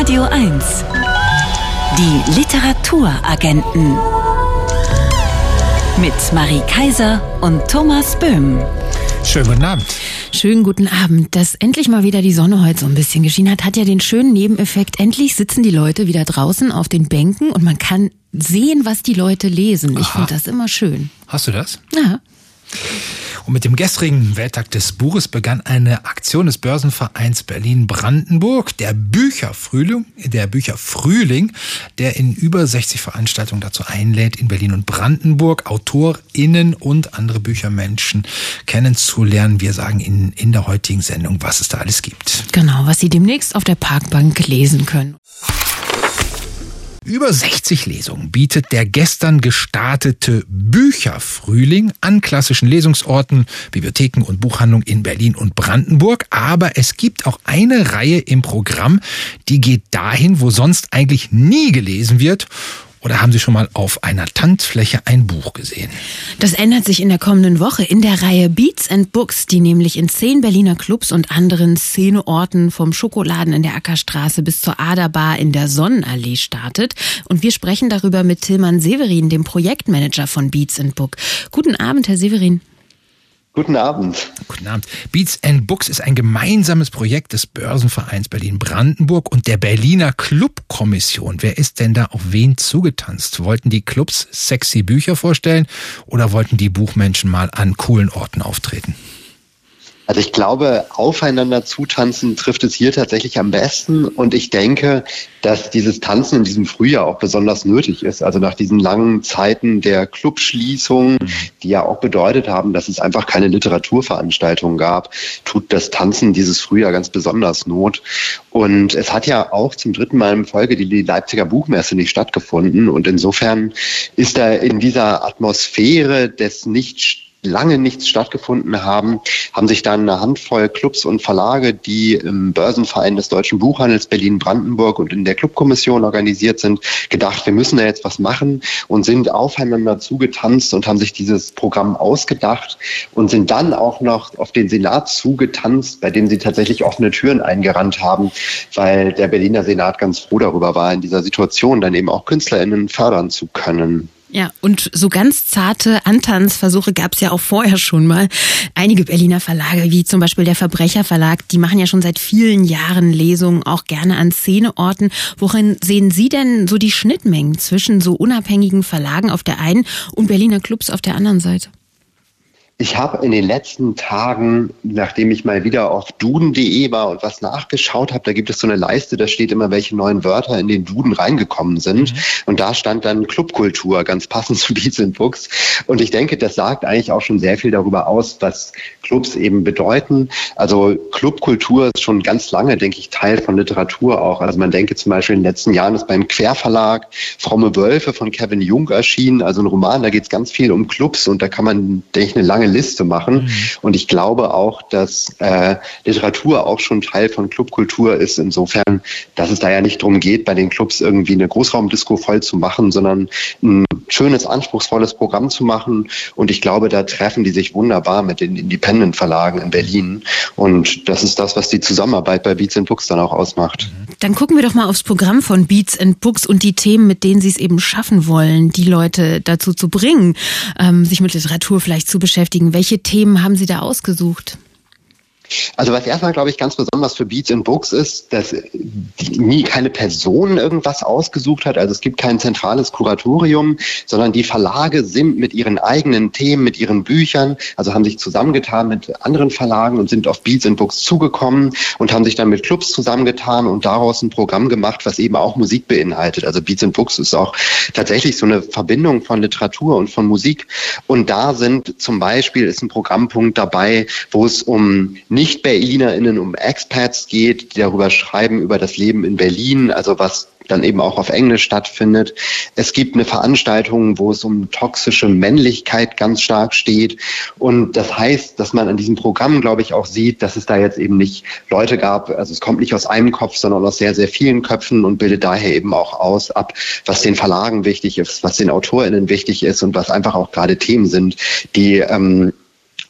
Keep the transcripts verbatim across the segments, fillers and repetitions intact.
Radio eins. Die Literaturagenten. Mit Marie Kaiser und Thomas Böhm. Schönen guten Abend. Schönen guten Abend. Dass endlich mal wieder die Sonne heute so ein bisschen geschienen hat, hat ja den schönen Nebeneffekt. Endlich sitzen die Leute wieder draußen auf den Bänken und man kann sehen, was die Leute lesen. Ich finde das immer schön. Hast du das? Ja. Und mit dem gestrigen Welttag des Buches begann eine Aktion des Börsenvereins Berlin-Brandenburg, der Bücherfrühling, der Bücherfrühling, der in über sechzig Veranstaltungen dazu einlädt, in Berlin und Brandenburg AutorInnen und andere Büchermenschen kennenzulernen. Wir sagen Ihnen in der heutigen Sendung, was es da alles gibt. Genau, was Sie demnächst auf der Parkbank lesen können. Über sechzig Lesungen bietet der gestern gestartete Bücherfrühling an klassischen Lesungsorten, Bibliotheken und Buchhandlungen in Berlin und Brandenburg. Aber es gibt auch eine Reihe im Programm, die geht dahin, wo sonst eigentlich nie gelesen wird. Oder haben Sie schon mal auf einer Tanzfläche ein Buch gesehen? Das ändert sich in der kommenden Woche in der Reihe Beats and Books, die nämlich in zehn Berliner Clubs und anderen Szeneorten vom Schokoladen in der Ackerstraße bis zur Aderbar in der Sonnenallee startet. Und wir sprechen darüber mit Tilman Severin, dem Projektmanager von Beats and Book. Guten Abend, Herr Severin. Guten Abend. Guten Abend. Beats and Books ist ein gemeinsames Projekt des Börsenvereins Berlin-Brandenburg und der Berliner Clubkommission. Wer ist denn da auf wen zugetanzt? Wollten die Clubs sexy Bücher vorstellen oder wollten die Buchmenschen mal an coolen Orten auftreten? Also ich glaube, aufeinander zutanzen trifft es hier tatsächlich am besten. Und ich denke, dass dieses Tanzen in diesem Frühjahr auch besonders nötig ist. Also nach diesen langen Zeiten der Clubschließung, die ja auch bedeutet haben, dass es einfach keine Literaturveranstaltungen gab, tut das Tanzen dieses Frühjahr ganz besonders Not. Und es hat ja auch zum dritten Mal in Folge die Leipziger Buchmesse nicht stattgefunden. Und insofern ist da in dieser Atmosphäre des nicht lange nichts stattgefunden haben, haben sich dann eine Handvoll Clubs und Verlage, die im Börsenverein des Deutschen Buchhandels Berlin-Brandenburg und in der Clubkommission organisiert sind, gedacht, wir müssen da jetzt was machen und sind aufeinander zugetanzt und haben sich dieses Programm ausgedacht und sind dann auch noch auf den Senat zugetanzt, bei dem sie tatsächlich offene Türen eingerannt haben, weil der Berliner Senat ganz froh darüber war, in dieser Situation dann eben auch KünstlerInnen fördern zu können. Ja, und so ganz zarte Antanzversuche gab es ja auch vorher schon mal. Einige Berliner Verlage, wie zum Beispiel der Verbrecherverlag, die machen ja schon seit vielen Jahren Lesungen, auch gerne an Szeneorten. Worin sehen Sie denn so die Schnittmengen zwischen so unabhängigen Verlagen auf der einen und Berliner Clubs auf der anderen Seite? Ich habe in den letzten Tagen, nachdem ich mal wieder auf duden punkt de war und was nachgeschaut habe, da gibt es so eine Leiste, da steht immer, welche neuen Wörter in den Duden reingekommen sind. Mhm. Und da stand dann Clubkultur, ganz passend zu Beats and Books. Und ich denke, das sagt eigentlich auch schon sehr viel darüber aus, was Clubs eben bedeuten. Also Clubkultur ist schon ganz lange, denke ich, Teil von Literatur auch. Also man denke zum Beispiel in den letzten Jahren ist beim Querverlag Fromme Wölfe von Kevin Jung erschienen, also ein Roman, da geht es ganz viel um Clubs und da kann man, denke ich, eine lange Liste machen. Mhm. Und ich glaube auch, dass äh, Literatur auch schon Teil von Clubkultur ist. Insofern, dass es da ja nicht darum geht, bei den Clubs irgendwie eine Großraumdisco voll zu machen, sondern ein schönes, anspruchsvolles Programm zu machen. Und ich glaube, da treffen die sich wunderbar mit den Independent-Verlagen in Berlin. Und das ist das, was die Zusammenarbeit bei Beats and Books dann auch ausmacht. Dann gucken wir doch mal aufs Programm von Beats and Books und die Themen, mit denen sie es eben schaffen wollen, die Leute dazu zu bringen, ähm, sich mit Literatur vielleicht zu beschäftigen. Welche Themen haben Sie da ausgesucht? Also was erstmal, glaube ich, ganz besonders für Beats and Books ist, dass nie keine Person irgendwas ausgesucht hat. Also es gibt kein zentrales Kuratorium, sondern die Verlage sind mit ihren eigenen Themen, mit ihren Büchern, also haben sich zusammengetan mit anderen Verlagen und sind auf Beats and Books zugekommen und haben sich dann mit Clubs zusammengetan und daraus ein Programm gemacht, was eben auch Musik beinhaltet. Also Beats and Books ist auch tatsächlich so eine Verbindung von Literatur und von Musik. Und da sind zum Beispiel, ist ein Programmpunkt dabei, wo es um Nicht-BerlinerInnen, um Expats geht, die darüber schreiben, über das Leben in Berlin, also was dann eben auch auf Englisch stattfindet. Es gibt eine Veranstaltung, wo es um toxische Männlichkeit ganz stark steht. Und das heißt, dass man an diesem Programm, glaube ich, auch sieht, dass es da jetzt eben nicht Leute gab, also es kommt nicht aus einem Kopf, sondern aus sehr, sehr vielen Köpfen und bildet daher eben auch aus ab, was den Verlagen wichtig ist, was den AutorInnen wichtig ist und was einfach auch gerade Themen sind, die ähm,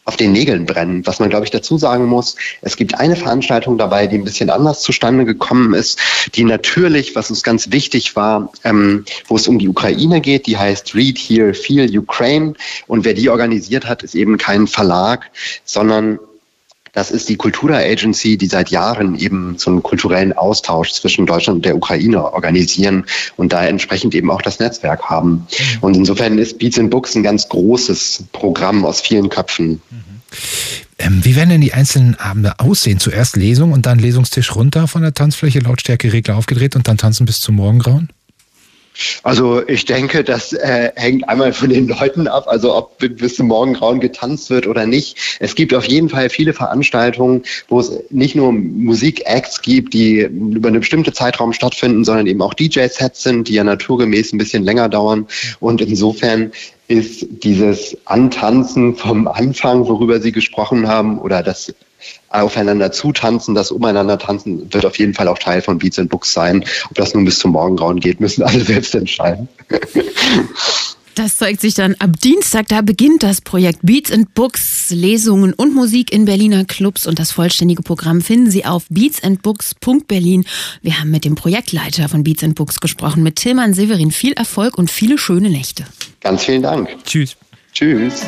auf den Nägeln brennen. Was man, glaube ich, dazu sagen muss, es gibt eine Veranstaltung dabei, die ein bisschen anders zustande gekommen ist, die natürlich, was uns ganz wichtig war, ähm, wo es um die Ukraine geht, die heißt Read, Hear, Feel Ukraine. Und wer die organisiert hat, ist eben kein Verlag, sondern das ist die Kultura Agency, die seit Jahren eben so einen kulturellen Austausch zwischen Deutschland und der Ukraine organisieren und da entsprechend eben auch das Netzwerk haben. Und insofern ist Beats and Books ein ganz großes Programm aus vielen Köpfen. Ähm, wie werden denn die einzelnen Abende aussehen? Zuerst Lesung und dann Lesungstisch runter von der Tanzfläche, Lautstärkeregler aufgedreht und dann tanzen bis zum Morgengrauen? Also ich denke, das äh, hängt einmal von den Leuten ab, also ob bis zum Morgengrauen getanzt wird oder nicht. Es gibt auf jeden Fall viele Veranstaltungen, wo es nicht nur Musik-Acts gibt, die über einen bestimmten Zeitraum stattfinden, sondern eben auch D J-Sets sind, die ja naturgemäß ein bisschen länger dauern. Und insofern ist dieses Antanzen vom Anfang, worüber Sie gesprochen haben, oder das aufeinander zutanzen, das umeinander tanzen, wird auf jeden Fall auch Teil von Beats and Books sein. Ob das nun bis zum Morgengrauen geht, müssen alle selbst entscheiden. Das zeigt sich dann ab Dienstag. Da beginnt das Projekt Beats and Books, Lesungen und Musik in Berliner Clubs. Und das vollständige Programm finden Sie auf beats and books punkt berlin. Wir haben mit dem Projektleiter von Beats and Books gesprochen, mit Tilman Severin. Viel Erfolg und viele schöne Nächte. Ganz vielen Dank. Tschüss. Tschüss.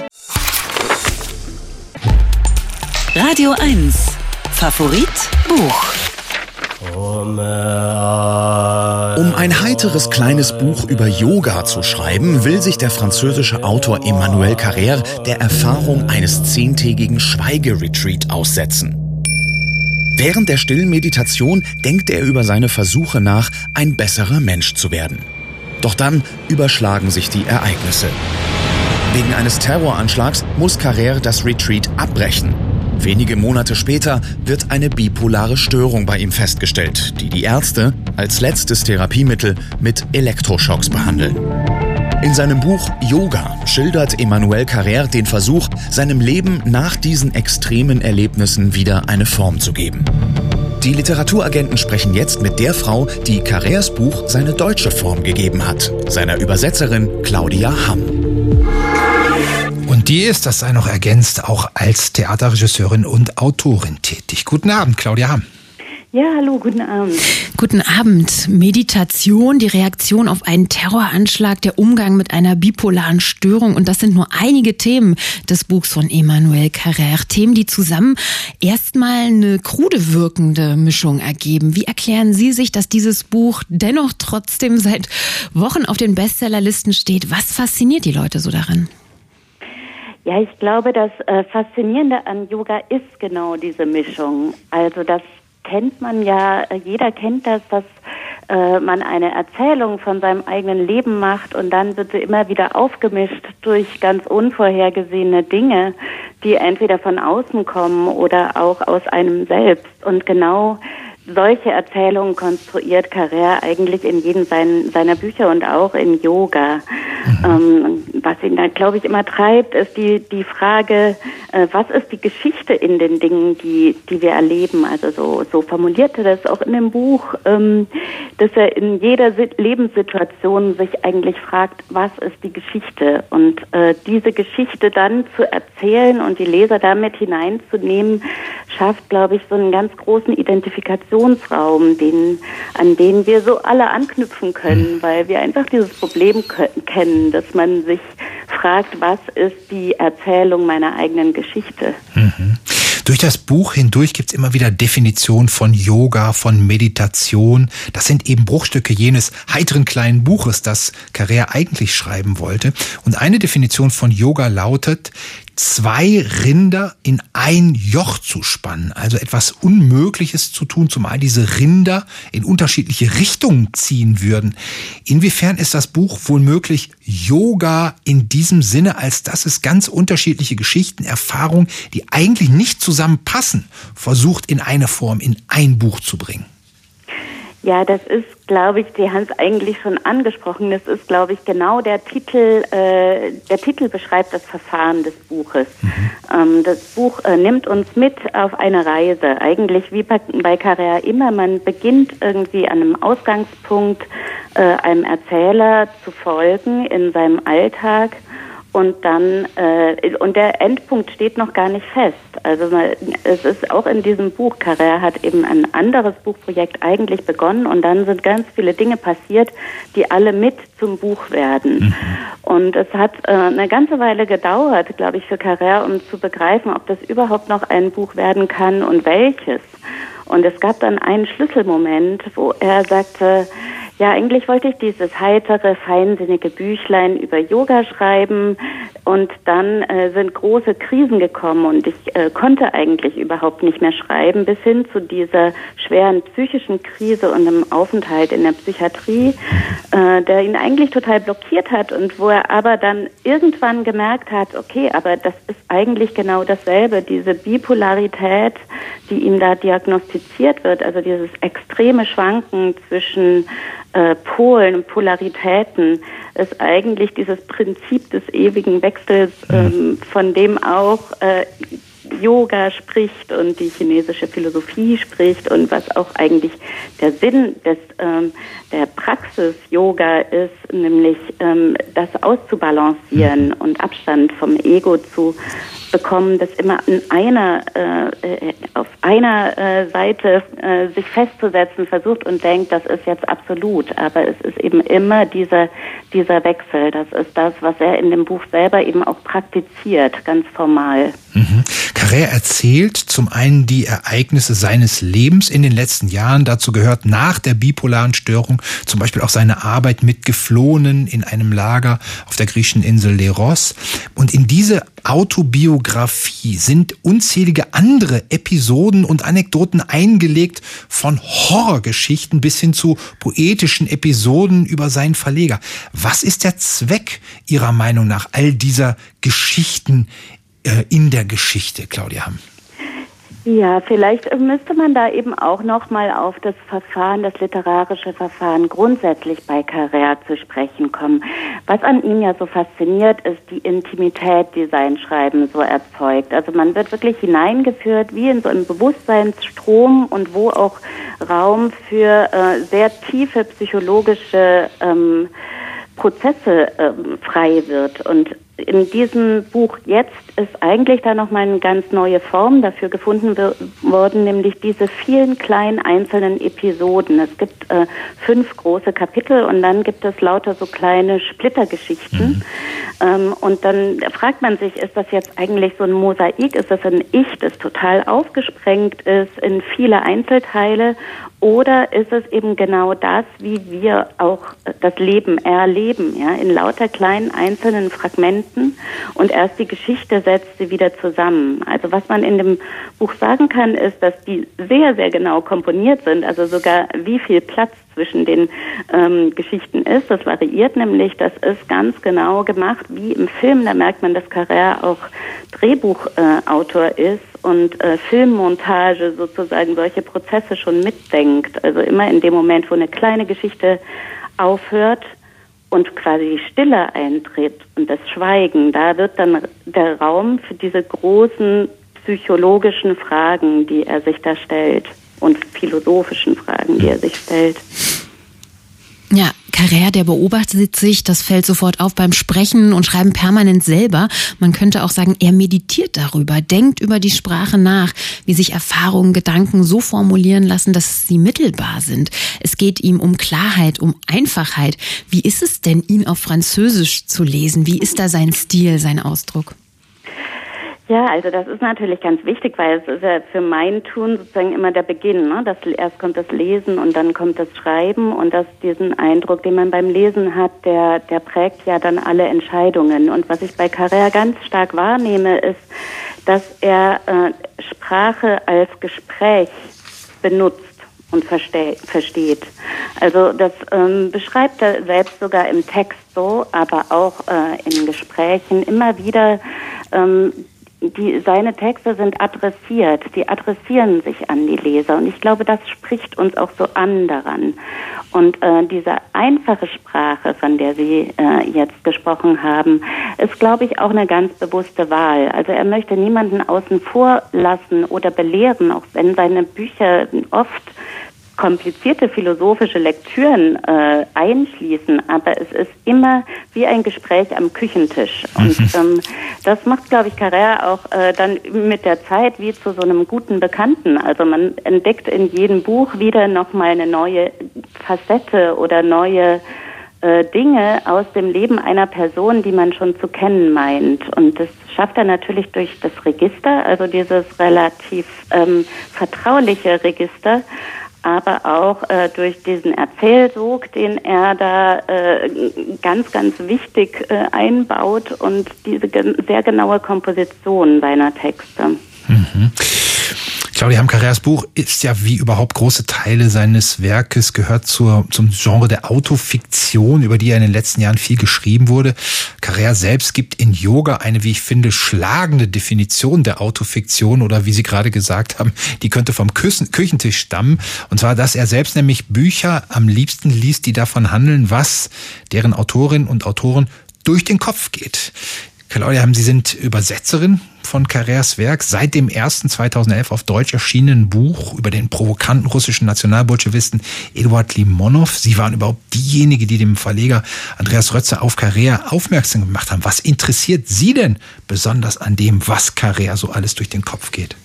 Radio eins. Favorit Buch. Um ein heiteres kleines Buch über Yoga zu schreiben, will sich der französische Autor Emmanuel Carrère der Erfahrung eines zehntägigen Schweigeretreat aussetzen. Während der stillen Meditation denkt er über seine Versuche nach, ein besserer Mensch zu werden. Doch dann überschlagen sich die Ereignisse. Wegen eines Terroranschlags muss Carrère das Retreat abbrechen. Wenige Monate später wird eine bipolare Störung bei ihm festgestellt, die die Ärzte als letztes Therapiemittel mit Elektroschocks behandeln. In seinem Buch Yoga schildert Emmanuel Carrère den Versuch, seinem Leben nach diesen extremen Erlebnissen wieder eine Form zu geben. Die Literaturagenten sprechen jetzt mit der Frau, die Carrères Buch seine deutsche Form gegeben hat, seiner Übersetzerin Claudia Hamm. Und die ist, das sei noch ergänzt, auch als Theaterregisseurin und Autorin tätig. Guten Abend, Claudia Hamm. Ja, hallo, guten Abend. Guten Abend. Meditation, die Reaktion auf einen Terroranschlag, der Umgang mit einer bipolaren Störung. Und das sind nur einige Themen des Buchs von Emmanuel Carrère. Themen, die zusammen erstmal eine krude wirkende Mischung ergeben. Wie erklären Sie sich, dass dieses Buch dennoch trotzdem seit Wochen auf den Bestsellerlisten steht? Was fasziniert die Leute so daran? Ja, ich glaube, das äh, Faszinierende an Yoga ist genau diese Mischung. Also das kennt man ja, jeder kennt das, dass äh, man eine Erzählung von seinem eigenen Leben macht und dann wird sie immer wieder aufgemischt durch ganz unvorhergesehene Dinge, die entweder von außen kommen oder auch aus einem selbst. Und genau solche Erzählungen konstruiert Carrère eigentlich in jedem sein, seiner Bücher und auch in Yoga. Mhm. Ähm, was ihn da, glaube ich, immer treibt, ist die, die Frage, äh, was ist die Geschichte in den Dingen, die, die wir erleben? Also so, so formulierte das auch in dem Buch, ähm, dass er in jeder Lebenssituation sich eigentlich fragt, was ist die Geschichte? Und äh, diese Geschichte dann zu erzählen und die Leser damit hineinzunehmen, schafft, glaube ich, so einen ganz großen Identifikationsraum, den, an den wir so alle anknüpfen können, weil wir einfach dieses Problem kennen, dass man sich fragt, was ist die Erzählung meiner eigenen Geschichte? Mhm. Durch das Buch hindurch gibt es immer wieder Definitionen von Yoga, von Meditation. Das sind eben Bruchstücke jenes heiteren kleinen Buches, das Carrère eigentlich schreiben wollte. Und eine Definition von Yoga lautet, zwei Rinder in ein Joch zu spannen, also etwas Unmögliches zu tun, zumal diese Rinder in unterschiedliche Richtungen ziehen würden. Inwiefern ist das Buch womöglich Yoga in diesem Sinne, als dass es ganz unterschiedliche Geschichten, Erfahrungen, die eigentlich nicht zusammenpassen, versucht in eine Form, in ein Buch zu bringen? Ja, das ist, glaube ich, Sie haben es eigentlich schon angesprochen, das ist, glaube ich, genau der Titel, äh, der Titel beschreibt das Verfahren des Buches. Mhm. Ähm, das Buch äh, nimmt uns mit auf eine Reise, eigentlich wie bei, bei Carrère immer, man beginnt irgendwie an einem Ausgangspunkt, äh, einem Erzähler zu folgen in seinem Alltag Und dann, äh, und der Endpunkt steht noch gar nicht fest. Also man, es ist auch in diesem Buch, Carrère hat eben ein anderes Buchprojekt eigentlich begonnen und dann sind ganz viele Dinge passiert, die alle mit zum Buch werden. Mhm. Und es hat äh, eine ganze Weile gedauert, glaube ich, für Carrère, um zu begreifen, ob das überhaupt noch ein Buch werden kann und welches. Und es gab dann einen Schlüsselmoment, wo er sagte, ja, eigentlich wollte ich dieses heitere, feinsinnige Büchlein über Yoga schreiben und dann äh, sind große Krisen gekommen und ich äh, konnte eigentlich überhaupt nicht mehr schreiben, bis hin zu dieser schweren psychischen Krise und einem Aufenthalt in der Psychiatrie, äh, der ihn eigentlich total blockiert hat und wo er aber dann irgendwann gemerkt hat, okay, aber das ist eigentlich genau dasselbe, diese Bipolarität, die ihm da diagnostiziert wird, also dieses extreme Schwanken zwischen äh, Polen und Polaritäten, ist eigentlich dieses Prinzip des ewigen Wechsels, ähm, von dem auch äh, Yoga spricht und die chinesische Philosophie spricht und was auch eigentlich der Sinn des ähm, der Praxis Yoga ist, nämlich ähm, das auszubalancieren und Abstand vom Ego zu bekommen, das immer in einer äh, auf einer äh, Seite äh, sich festzusetzen versucht und denkt, das ist jetzt absolut, aber es ist eben immer dieser dieser Wechsel. Das ist das, was er in dem Buch selber eben auch praktiziert, ganz formal. Mhm. Carrère erzählt zum einen die Ereignisse seines Lebens in den letzten Jahren. Dazu gehört nach der bipolaren Störung zum Beispiel auch seine Arbeit mit Geflohenen in einem Lager auf der griechischen Insel Leros. Und in diese Autobiografie sind unzählige andere Episoden und Anekdoten eingelegt, von Horrorgeschichten bis hin zu poetischen Episoden über seinen Verleger. Was ist der Zweck Ihrer Meinung nach all dieser Geschichten in der Geschichte, Claudia Hamm? Ja, vielleicht müsste man da eben auch noch mal auf das Verfahren, das literarische Verfahren grundsätzlich bei Carrère zu sprechen kommen. Was an ihm ja so fasziniert, ist die Intimität, die sein Schreiben so erzeugt. Also man wird wirklich hineingeführt, wie in so einem Bewusstseinsstrom und wo auch Raum für äh, sehr tiefe psychologische ähm, Prozesse ähm, frei wird. Und in diesem Buch jetzt ist eigentlich da nochmal eine ganz neue Form dafür gefunden worden, nämlich diese vielen kleinen einzelnen Episoden. Es gibt äh, fünf große Kapitel und dann gibt es lauter so kleine Splittergeschichten. Mhm. Ähm, und dann fragt man sich, ist das jetzt eigentlich so ein Mosaik? Ist das ein Ich, das total aufgesprengt ist in viele Einzelteile? Oder ist es eben genau das, wie wir auch das Leben erleben, ja, in lauter kleinen einzelnen Fragmenten und erst die Geschichte setzt sie wieder zusammen. Also was man in dem Buch sagen kann, ist, dass die sehr, sehr genau komponiert sind, also sogar wie viel Platz zwischen den ähm, Geschichten ist. Das variiert nämlich, das ist ganz genau gemacht, wie im Film. Da merkt man, dass Carrère auch Drehbuchautor äh, ist und äh, Filmmontage sozusagen solche Prozesse schon mitdenkt. Also immer in dem Moment, wo eine kleine Geschichte aufhört und quasi die Stille eintritt und das Schweigen, da wird dann der Raum für diese großen psychologischen Fragen, die er sich da stellt, und philosophischen Fragen, die er sich stellt. Ja, Carrère, der beobachtet sich, das fällt sofort auf beim Sprechen und Schreiben permanent selber. Man könnte auch sagen, er meditiert darüber, denkt über die Sprache nach, wie sich Erfahrungen, Gedanken so formulieren lassen, dass sie mittelbar sind. Es geht ihm um Klarheit, um Einfachheit. Wie ist es denn, ihn auf Französisch zu lesen? Wie ist da sein Stil, sein Ausdruck? Ja, also das ist natürlich ganz wichtig, weil es ist ja für mein Tun sozusagen immer der Beginn, ne? Das, erst kommt das Lesen und dann kommt das Schreiben und das, diesen Eindruck, den man beim Lesen hat, der, der prägt ja dann alle Entscheidungen. Und was ich bei Carrère ganz stark wahrnehme, ist, dass er äh, Sprache als Gespräch benutzt und verste- versteht. Also das ähm, beschreibt er selbst sogar im Text so, aber auch äh, in Gesprächen immer wieder. Ähm, Die, seine Texte sind adressiert, die adressieren sich an die Leser und ich glaube, das spricht uns auch so an daran. Und äh, diese einfache Sprache, von der Sie äh, jetzt gesprochen haben, ist, glaube ich, auch eine ganz bewusste Wahl. Also er möchte niemanden außen vor lassen oder belehren, auch wenn seine Bücher oft komplizierte philosophische Lektüren äh, einschließen, aber es ist immer wie ein Gespräch am Küchentisch. Und ähm, das macht, glaube ich, Carrère auch äh, dann mit der Zeit wie zu so einem guten Bekannten. Also man entdeckt in jedem Buch wieder nochmal eine neue Facette oder neue äh, Dinge aus dem Leben einer Person, die man schon zu kennen meint. Und das schafft er natürlich durch das Register, also dieses relativ ähm, vertrauliche Register, aber auch äh, durch diesen Erzählsog, den er da äh, ganz, ganz wichtig äh, einbaut und diese gen- sehr genaue Komposition seiner Texte. Mhm. Claudia Hamm, Carrères Buch ist ja wie überhaupt große Teile seines Werkes, gehört zur, zum Genre der Autofiktion, über die ja in den letzten Jahren viel geschrieben wurde. Carrère selbst gibt in Yoga eine, wie ich finde, schlagende Definition der Autofiktion oder wie Sie gerade gesagt haben, die könnte vom Küchen, Küchentisch stammen. Und zwar, dass er selbst nämlich Bücher am liebsten liest, die davon handeln, was deren Autorinnen und Autoren durch den Kopf geht. Claudia Hamm, Sie sind Übersetzerin von Carrères Werk. Seit dem ersten zweitausendelf auf Deutsch erschienenen Buch über den provokanten russischen Nationalbolschewisten Eduard Limonow. Sie waren überhaupt diejenige, die dem Verleger Andreas Rötzer auf Carrère aufmerksam gemacht haben. Was interessiert Sie denn besonders an dem, was Carrère so alles durch den Kopf geht?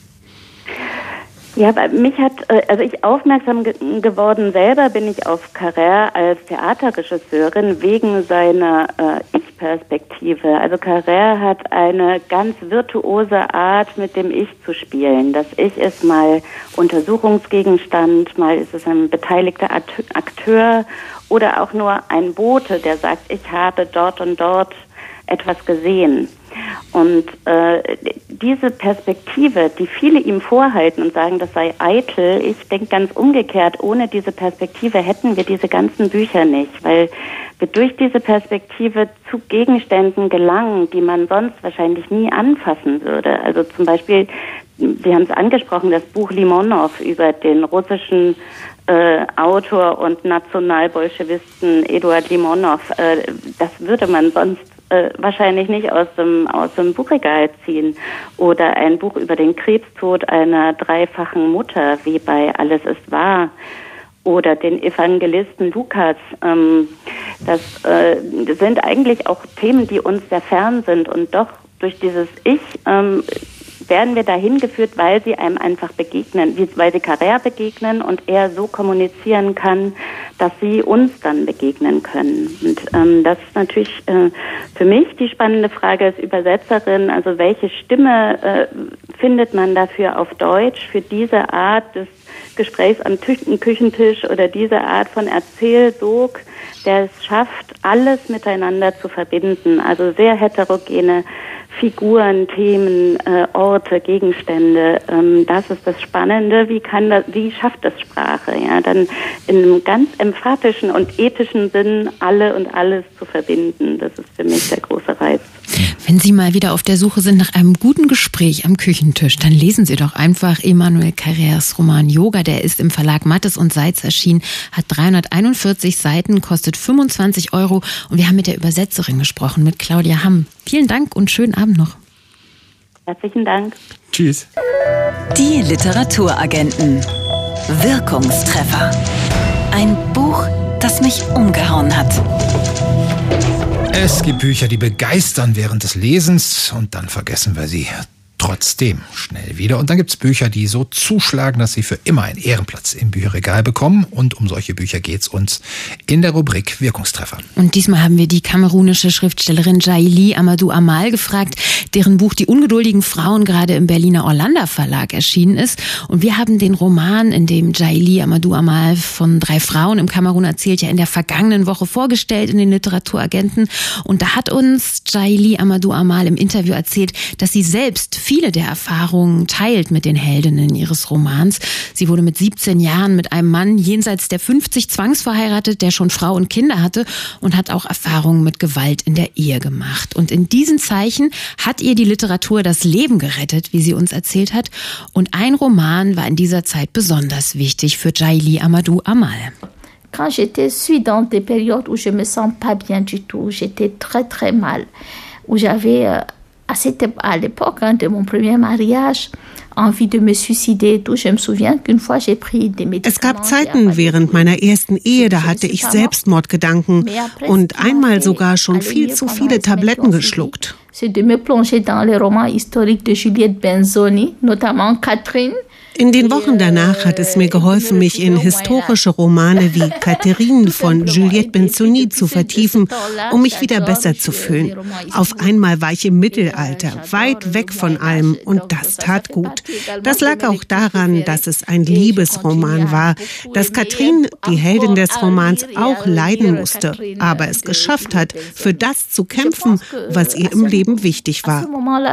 Ja, bei mich hat, also ich aufmerksam ge- geworden selber bin ich auf Carrère als Theaterregisseurin wegen seiner äh, Ich-Perspektive. Also Carrère hat eine ganz virtuose Art, mit dem Ich zu spielen. Das Ich ist mal Untersuchungsgegenstand, mal ist es ein beteiligter Akteur oder auch nur ein Bote, der sagt, ich habe dort und dort etwas gesehen. Und äh, diese Perspektive, die viele ihm vorhalten und sagen, das sei eitel, ich denke ganz umgekehrt, ohne diese Perspektive hätten wir diese ganzen Bücher nicht, weil wir durch diese Perspektive zu Gegenständen gelangen, die man sonst wahrscheinlich nie anfassen würde. Also zum Beispiel, Sie haben es angesprochen, das Buch Limonow über den russischen äh, Autor und Nationalbolschewisten Eduard Limonow, äh, das würde man sonst Äh, wahrscheinlich nicht aus dem aus dem Buchregal ziehen. Oder ein Buch über den Krebstod einer dreifachen Mutter, wie bei Alles ist wahr. Oder den Evangelisten Lukas. Ähm, das äh, sind eigentlich auch Themen, die uns sehr fern sind. Und doch durch dieses Ich ähm, werden wir dahin geführt, weil sie einem einfach begegnen, weil sie Carrère begegnen und er so kommunizieren kann, dass sie uns dann begegnen können. Und ähm, das ist natürlich äh, für mich die spannende Frage als Übersetzerin, also welche Stimme äh, findet man dafür auf Deutsch für diese Art des Gesprächs am Tü- Küchentisch oder diese Art von Erzählsog, der es schafft, alles miteinander zu verbinden, also sehr heterogene Figuren, Themen, äh, Orte, Gegenstände. Ähm, das ist das Spannende. Wie kann das, wie schafft das Sprache? Ja, dann in einem ganz emphatischen und ethischen Sinn alle und alles zu verbinden. Das ist für mich der große Reiz. Wenn Sie mal wieder auf der Suche sind nach einem guten Gespräch am Küchentisch, dann lesen Sie doch einfach Emmanuel Carrères Roman Yoga. Der ist im Verlag Mattes und Seitz erschienen, hat dreihunderteinundvierzig Seiten, kostet fünfundzwanzig Euro. Und wir haben mit der Übersetzerin gesprochen, mit Claudia Hamm. Vielen Dank und schönen Abend noch. Herzlichen Dank. Tschüss. Die Literaturagenten. Wirkungstreffer. Ein Buch, das mich umgehauen hat. Es gibt Bücher, die begeistern während des Lesens und dann vergessen wir sie trotzdem schnell wieder. Und dann gibt es Bücher, die so zuschlagen, dass sie für immer einen Ehrenplatz im Bücherregal bekommen. Und um solche Bücher geht es uns in der Rubrik Wirkungstreffer. Und diesmal haben wir die kamerunische Schriftstellerin Djaïli Amadou Amal gefragt, deren Buch Die ungeduldigen Frauen gerade im Berliner Orlando Verlag erschienen ist. Und wir haben den Roman, in dem Djaïli Amadou Amal von drei Frauen im Kamerun erzählt, ja in der vergangenen Woche vorgestellt in den Literaturagenten. Und da hat uns Djaïli Amadou Amal im Interview erzählt, dass sie selbst viele der Erfahrungen teilt mit den Heldinnen ihres Romans. Sie wurde mit siebzehn Jahren mit einem Mann jenseits der fünfzig zwangsverheiratet, der schon Frau und Kinder hatte und hat auch Erfahrungen mit Gewalt in der Ehe gemacht. Und in diesen Zeichen hat ihr die Literatur das Leben gerettet, wie sie uns erzählt hat. Und ein Roman war in dieser Zeit besonders wichtig für Djaïli Amadou Amal. Quand j'étais, suis dans des périodes où je me sens pas bien du tout, j'étais très très mal, où j'avais à, cette, à l'époque hein, de mon premier mariage, envie de me suicider et tout. Je me souviens qu'une fois j'ai pris des Medikamente. Es gab Zeiten während meiner ersten Ehe, da hatte ich Selbstmordgedanken und einmal sogar schon viel zu viele Tabletten geschluckt. C'est de me plonger dans les romans historiques de Juliette Benzoni, notamment Catherine. In den Wochen danach hat es mir geholfen, mich in historische Romane wie Catherine von Juliette Benzoni zu vertiefen, um mich wieder besser zu fühlen. Auf einmal war ich im Mittelalter, weit weg von allem, und das tat gut. Das lag auch daran, dass es ein Liebesroman war, dass Catherine, die Heldin des Romans, auch leiden musste, aber es geschafft hat, für das zu kämpfen, was ihr im Leben wichtig war.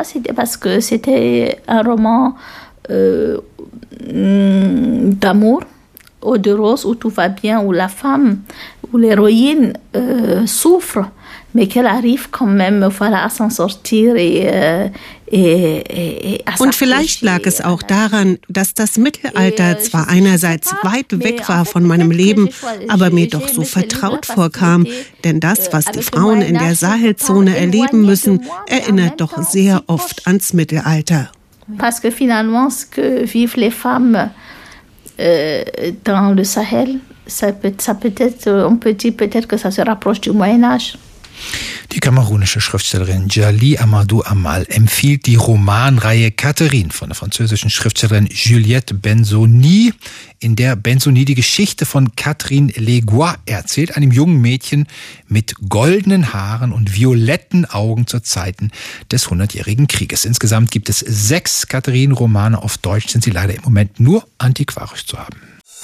Euh, d'amour ou de rose où tout va bien, où la femme, où l'héroïne euh, souffre, mais qu'elle arrive quand même voilà, à s'en sortir et, euh, et, et, et Und vielleicht lag es auch daran, dass das Mittelalter zwar einerseits weit weg war von meinem Leben, aber mir doch so vertraut vorkam, denn das, was die Frauen in der Sahelzone erleben müssen, erinnert doch sehr oft ans Mittelalter. Parce que finalement, ce que vivent les femmes euh, dans le Sahel, ça peut, ça peut être, on peut dire peut-être que ça se rapproche du Moyen-Âge. Die kamerunische Schriftstellerin Djali Amadou Amal empfiehlt die Romanreihe Catherine von der französischen Schriftstellerin Juliette Benzoni, in der Benzoni die Geschichte von Catherine Legois erzählt, einem jungen Mädchen mit goldenen Haaren und violetten Augen zu Zeiten des Hundertjährigen Krieges. Insgesamt gibt es sechs Catherine-Romane. Auf Deutsch sind sie leider im Moment nur antiquarisch zu haben.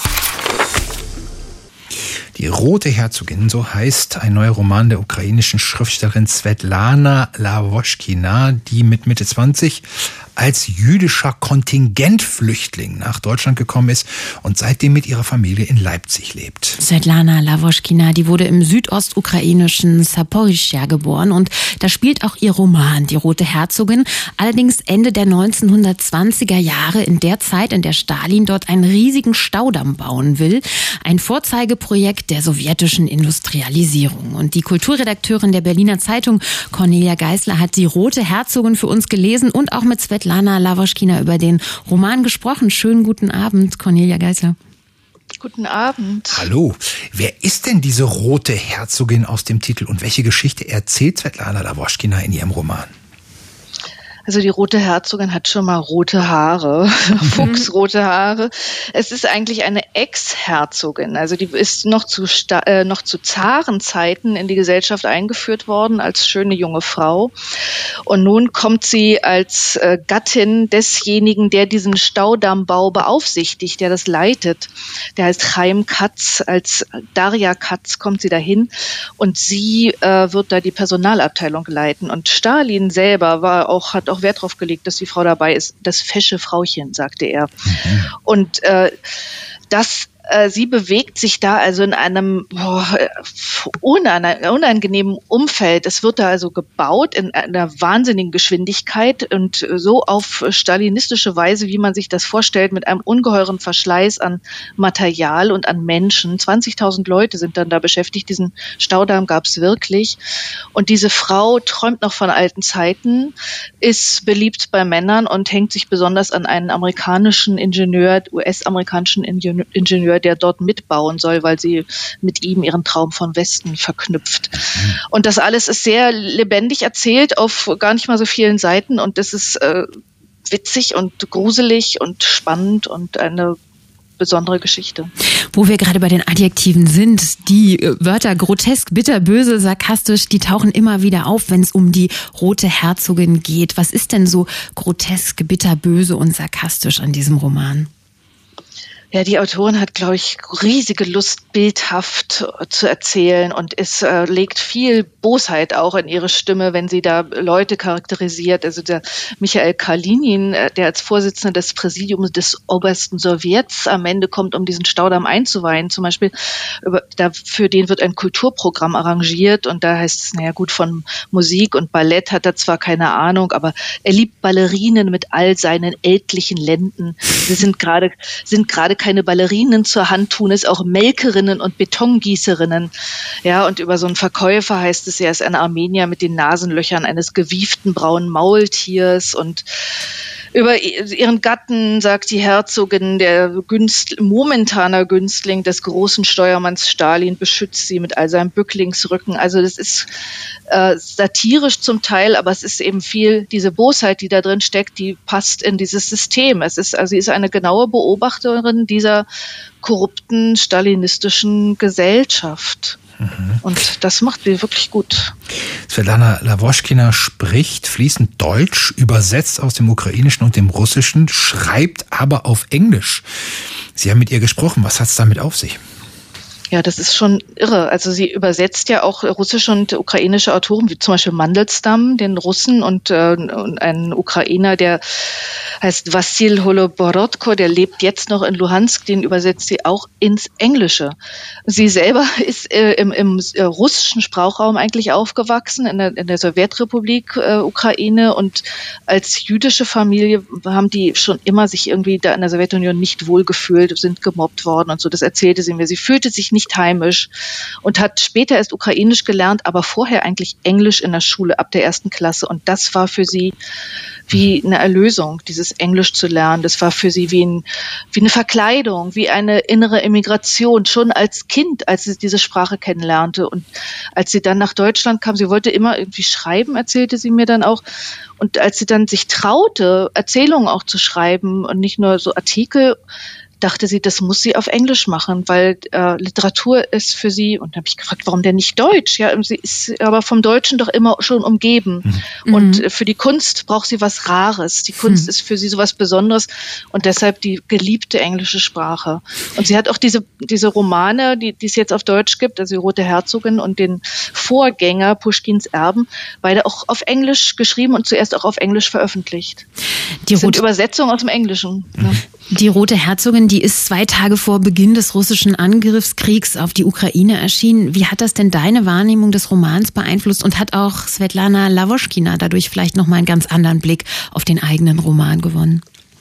Die Rote Herzogin, so heißt ein neuer Roman der ukrainischen Schriftstellerin Svetlana Lavoschkina, die mit Mitte zwanzig als jüdischer Kontingentflüchtling nach Deutschland gekommen ist und seitdem mit ihrer Familie in Leipzig lebt. Svetlana Lavoschkina, die wurde im südostukrainischen Saporischschja geboren und da spielt auch ihr Roman Die Rote Herzogin, allerdings Ende der neunzehnhundertzwanziger Jahre, in der Zeit, in der Stalin dort einen riesigen Staudamm bauen will, ein Vorzeigeprojekt der sowjetischen Industrialisierung. Und die Kulturredakteurin der Berliner Zeitung, Cornelia Geisler, hat Die Rote Herzogin für uns gelesen und auch mit Svetlana Lavoschkina über den Roman gesprochen. Schönen guten Abend, Cornelia Geisler. Guten Abend. Hallo. Wer ist denn diese Rote Herzogin aus dem Titel und welche Geschichte erzählt Svetlana Lavoschkina in ihrem Roman? Also die Rote Herzogin hat schon mal rote Haare, fuchsrote Haare. Es ist eigentlich eine Ex-Herzogin. Also die ist noch zu, äh, noch zu Zarenzeiten in die Gesellschaft eingeführt worden als schöne junge Frau. Und nun kommt sie als äh, Gattin desjenigen, der diesen Staudammbau beaufsichtigt, der das leitet. Der heißt Chaim Katz. Als Darja Katz kommt sie dahin und sie äh, wird da die Personalabteilung leiten. Und Stalin selber war auch, hat auch Wert darauf gelegt, dass die Frau dabei ist. Das fesche Frauchen, sagte er. Mhm. Und äh, das sie bewegt sich da also in einem boah, unangenehmen Umfeld. Es wird da also gebaut in einer wahnsinnigen Geschwindigkeit und so auf stalinistische Weise, wie man sich das vorstellt, mit einem ungeheuren Verschleiß an Material und an Menschen. zwanzigtausend Leute sind dann da beschäftigt. Diesen Staudamm gab es wirklich. Und diese Frau träumt noch von alten Zeiten, ist beliebt bei Männern und hängt sich besonders an einen amerikanischen Ingenieur, U S-amerikanischen Ingenieur, der dort mitbauen soll, weil sie mit ihm ihren Traum von Westen verknüpft. Mhm. Und das alles ist sehr lebendig erzählt auf gar nicht mal so vielen Seiten und das ist äh, witzig und gruselig und spannend und eine besondere Geschichte. Wo wir gerade bei den Adjektiven sind, die Wörter grotesk, bitter, böse, sarkastisch, die tauchen immer wieder auf, wenn es um die Rote Herzogin geht. Was ist denn so grotesk, bitter, böse und sarkastisch an diesem Roman? Ja, die Autorin hat, glaube ich, riesige Lust, bildhaft zu erzählen und es äh, legt viel Bosheit auch in ihre Stimme, wenn sie da Leute charakterisiert. Also der Michael Kalinin, äh, der als Vorsitzender des Präsidiums des obersten Sowjets am Ende kommt, um diesen Staudamm einzuweihen, zum Beispiel, über, da, für den wird ein Kulturprogramm arrangiert und da heißt es, naja gut, von Musik und Ballett hat er zwar keine Ahnung, aber er liebt Ballerinen mit all seinen ältlichen Lenden. Sie sind gerade, sind gerade keine Ballerinen zur Hand tun es auch Melkerinnen und Betongießerinnen. Ja, und über so einen Verkäufer heißt es, er ist ein Armenier mit den Nasenlöchern eines gewieften braunen Maultiers. Und über ihren Gatten sagt die Herzogin, der Günst, momentaner Günstling des großen Steuermanns Stalin beschützt sie mit all seinem Bücklingsrücken. Also das ist äh, satirisch zum Teil, aber es ist eben viel, diese Bosheit, die da drin steckt, die passt in dieses System. Es ist, also sie ist eine genaue Beobachterin dieser korrupten stalinistischen Gesellschaft. Mhm. Und das macht sie wirklich gut. Svetlana Lavoschkina spricht fließend Deutsch, übersetzt aus dem Ukrainischen und dem Russischen, schreibt aber auf Englisch. Sie haben mit ihr gesprochen. Was hat es damit auf sich? Ja, das ist schon irre. Also sie übersetzt ja auch russische und ukrainische Autoren, wie zum Beispiel Mandelstam, den Russen, und, äh, und einen Ukrainer, der heißt Wassil Holoborodko, der lebt jetzt noch in Luhansk, den übersetzt sie auch ins Englische. Sie selber ist äh, im, im äh, russischen Sprachraum eigentlich aufgewachsen, in der, in der Sowjetrepublik äh, Ukraine, und als jüdische Familie haben die schon immer sich irgendwie da in der Sowjetunion nicht wohlgefühlt, sind gemobbt worden und so. Das erzählte sie mir. Sie fühlte sich nicht heimisch und hat später erst Ukrainisch gelernt, aber vorher eigentlich Englisch in der Schule ab der ersten Klasse. Und das war für sie wie eine Erlösung, dieses Englisch zu lernen. Das war für sie wie, ein, wie eine Verkleidung, wie eine innere Emigration, schon als Kind, als sie diese Sprache kennenlernte. Und als sie dann nach Deutschland kam, sie wollte immer irgendwie schreiben, erzählte sie mir dann auch. Und als sie dann sich traute, Erzählungen auch zu schreiben und nicht nur so Artikel, dachte sie, das muss sie auf Englisch machen, weil äh, Literatur ist für sie, und da habe ich gefragt, warum denn nicht Deutsch? Ja, sie ist aber vom Deutschen doch immer schon umgeben. Mhm. Und für die Kunst braucht sie was Rares. Die Kunst mhm. ist für sie sowas Besonderes und deshalb die geliebte englische Sprache. Und sie hat auch diese diese Romane, die, die es jetzt auf Deutsch gibt, also die Rote Herzogin und den Vorgänger Puschkins Erben, beide auch auf Englisch geschrieben und zuerst auch auf Englisch veröffentlicht. Die das sind Übersetzungen aus dem Englischen. Mhm. Ja. Die Rote Herzogin, die ist zwei Tage vor Beginn des russischen Angriffskriegs auf die Ukraine erschienen. Wie hat das denn deine Wahrnehmung des Romans beeinflusst und hat auch Svetlana Lavoschkina dadurch vielleicht nochmal einen ganz anderen Blick auf den eigenen Roman gewonnen?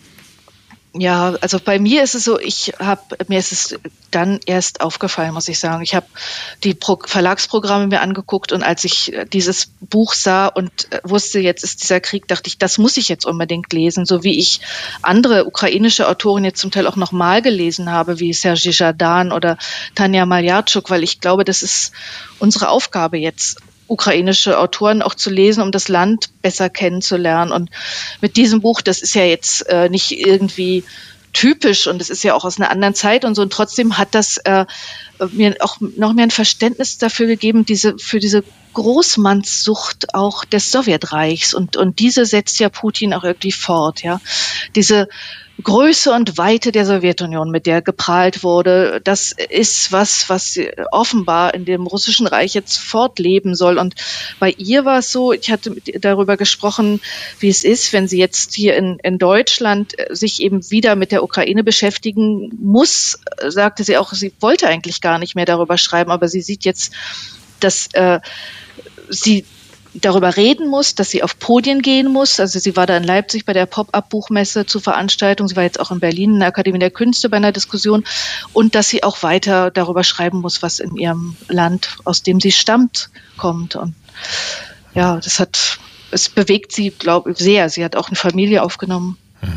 Ja, also bei mir ist es so, ich habe mir ist es dann erst aufgefallen, muss ich sagen. Ich habe die Pro- Verlagsprogramme mir angeguckt und als ich dieses Buch sah und wusste, jetzt ist dieser Krieg, dachte ich, das muss ich jetzt unbedingt lesen, so wie ich andere ukrainische Autoren jetzt zum Teil auch nochmal gelesen habe, wie Sergej Zhadan oder Tanja Malyarczuk, weil ich glaube, das ist unsere Aufgabe jetzt, ukrainische Autoren auch zu lesen, um das Land besser kennenzulernen. Und mit diesem Buch, das ist ja jetzt äh, nicht irgendwie typisch und es ist ja auch aus einer anderen Zeit und so, und trotzdem hat das äh, mir auch noch mehr ein Verständnis dafür gegeben, diese für diese Großmannssucht auch des Sowjetreichs, und und diese setzt ja Putin auch irgendwie fort, ja. Diese Größe und Weite der Sowjetunion, mit der geprahlt wurde, das ist was, was offenbar in dem russischen Reich jetzt fortleben soll. Und bei ihr war es so, ich hatte darüber gesprochen, wie es ist, wenn sie jetzt hier in, in Deutschland sich eben wieder mit der Ukraine beschäftigen muss, sagte sie auch, sie wollte eigentlich gar nicht mehr darüber schreiben, aber sie sieht jetzt, dass äh, sie darüber reden muss, dass sie auf Podien gehen muss. Also sie war da in Leipzig bei der Pop-up-Buchmesse zur Veranstaltung. Sie war jetzt auch in Berlin in der Akademie der Künste bei einer Diskussion. Und dass sie auch weiter darüber schreiben muss, was in ihrem Land, aus dem sie stammt, kommt. Und ja, das hat, es bewegt sie, glaube ich, sehr. Sie hat auch eine Familie aufgenommen.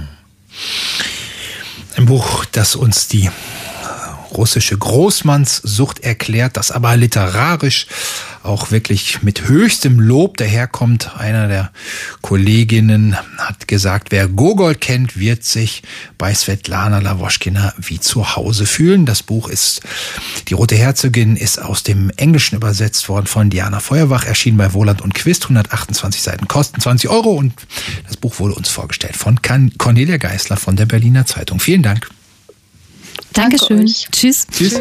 Ein Buch, das uns die russische Großmannssucht erklärt, das aber literarisch auch wirklich mit höchstem Lob daherkommt. Einer der Kolleginnen hat gesagt, wer Gogol kennt, wird sich bei Svetlana Lavoschkina wie zu Hause fühlen. Das Buch ist, Die Rote Herzogin, ist aus dem Englischen übersetzt worden von Diana Feuerbach, erschienen bei Wohland und Quist, hundertachtundzwanzig Seiten, kosten zwanzig Euro, und das Buch wurde uns vorgestellt von Cornelia Geisler von der Berliner Zeitung. Vielen Dank. Dankeschön. Tschüss. Tschüss.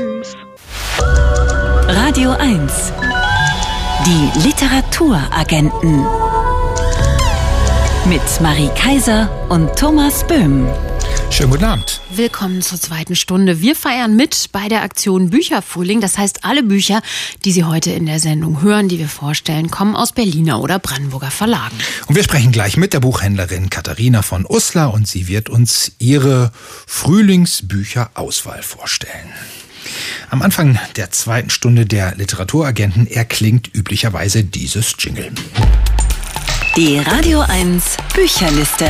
Radio eins. Die Literaturagenten. Mit Marie Kaiser und Thomas Böhm. Schönen guten Abend. Willkommen zur zweiten Stunde. Wir feiern mit bei der Aktion Bücherfrühling. Das heißt, alle Bücher, die Sie heute in der Sendung hören, die wir vorstellen, kommen aus Berliner oder Brandenburger Verlagen. Und wir sprechen gleich mit der Buchhändlerin Katharina von Uslar und sie wird uns ihre Frühlingsbücherauswahl vorstellen. Am Anfang der zweiten Stunde der Literaturagenten erklingt üblicherweise dieses Jingle. Die Radio eins Bücherliste.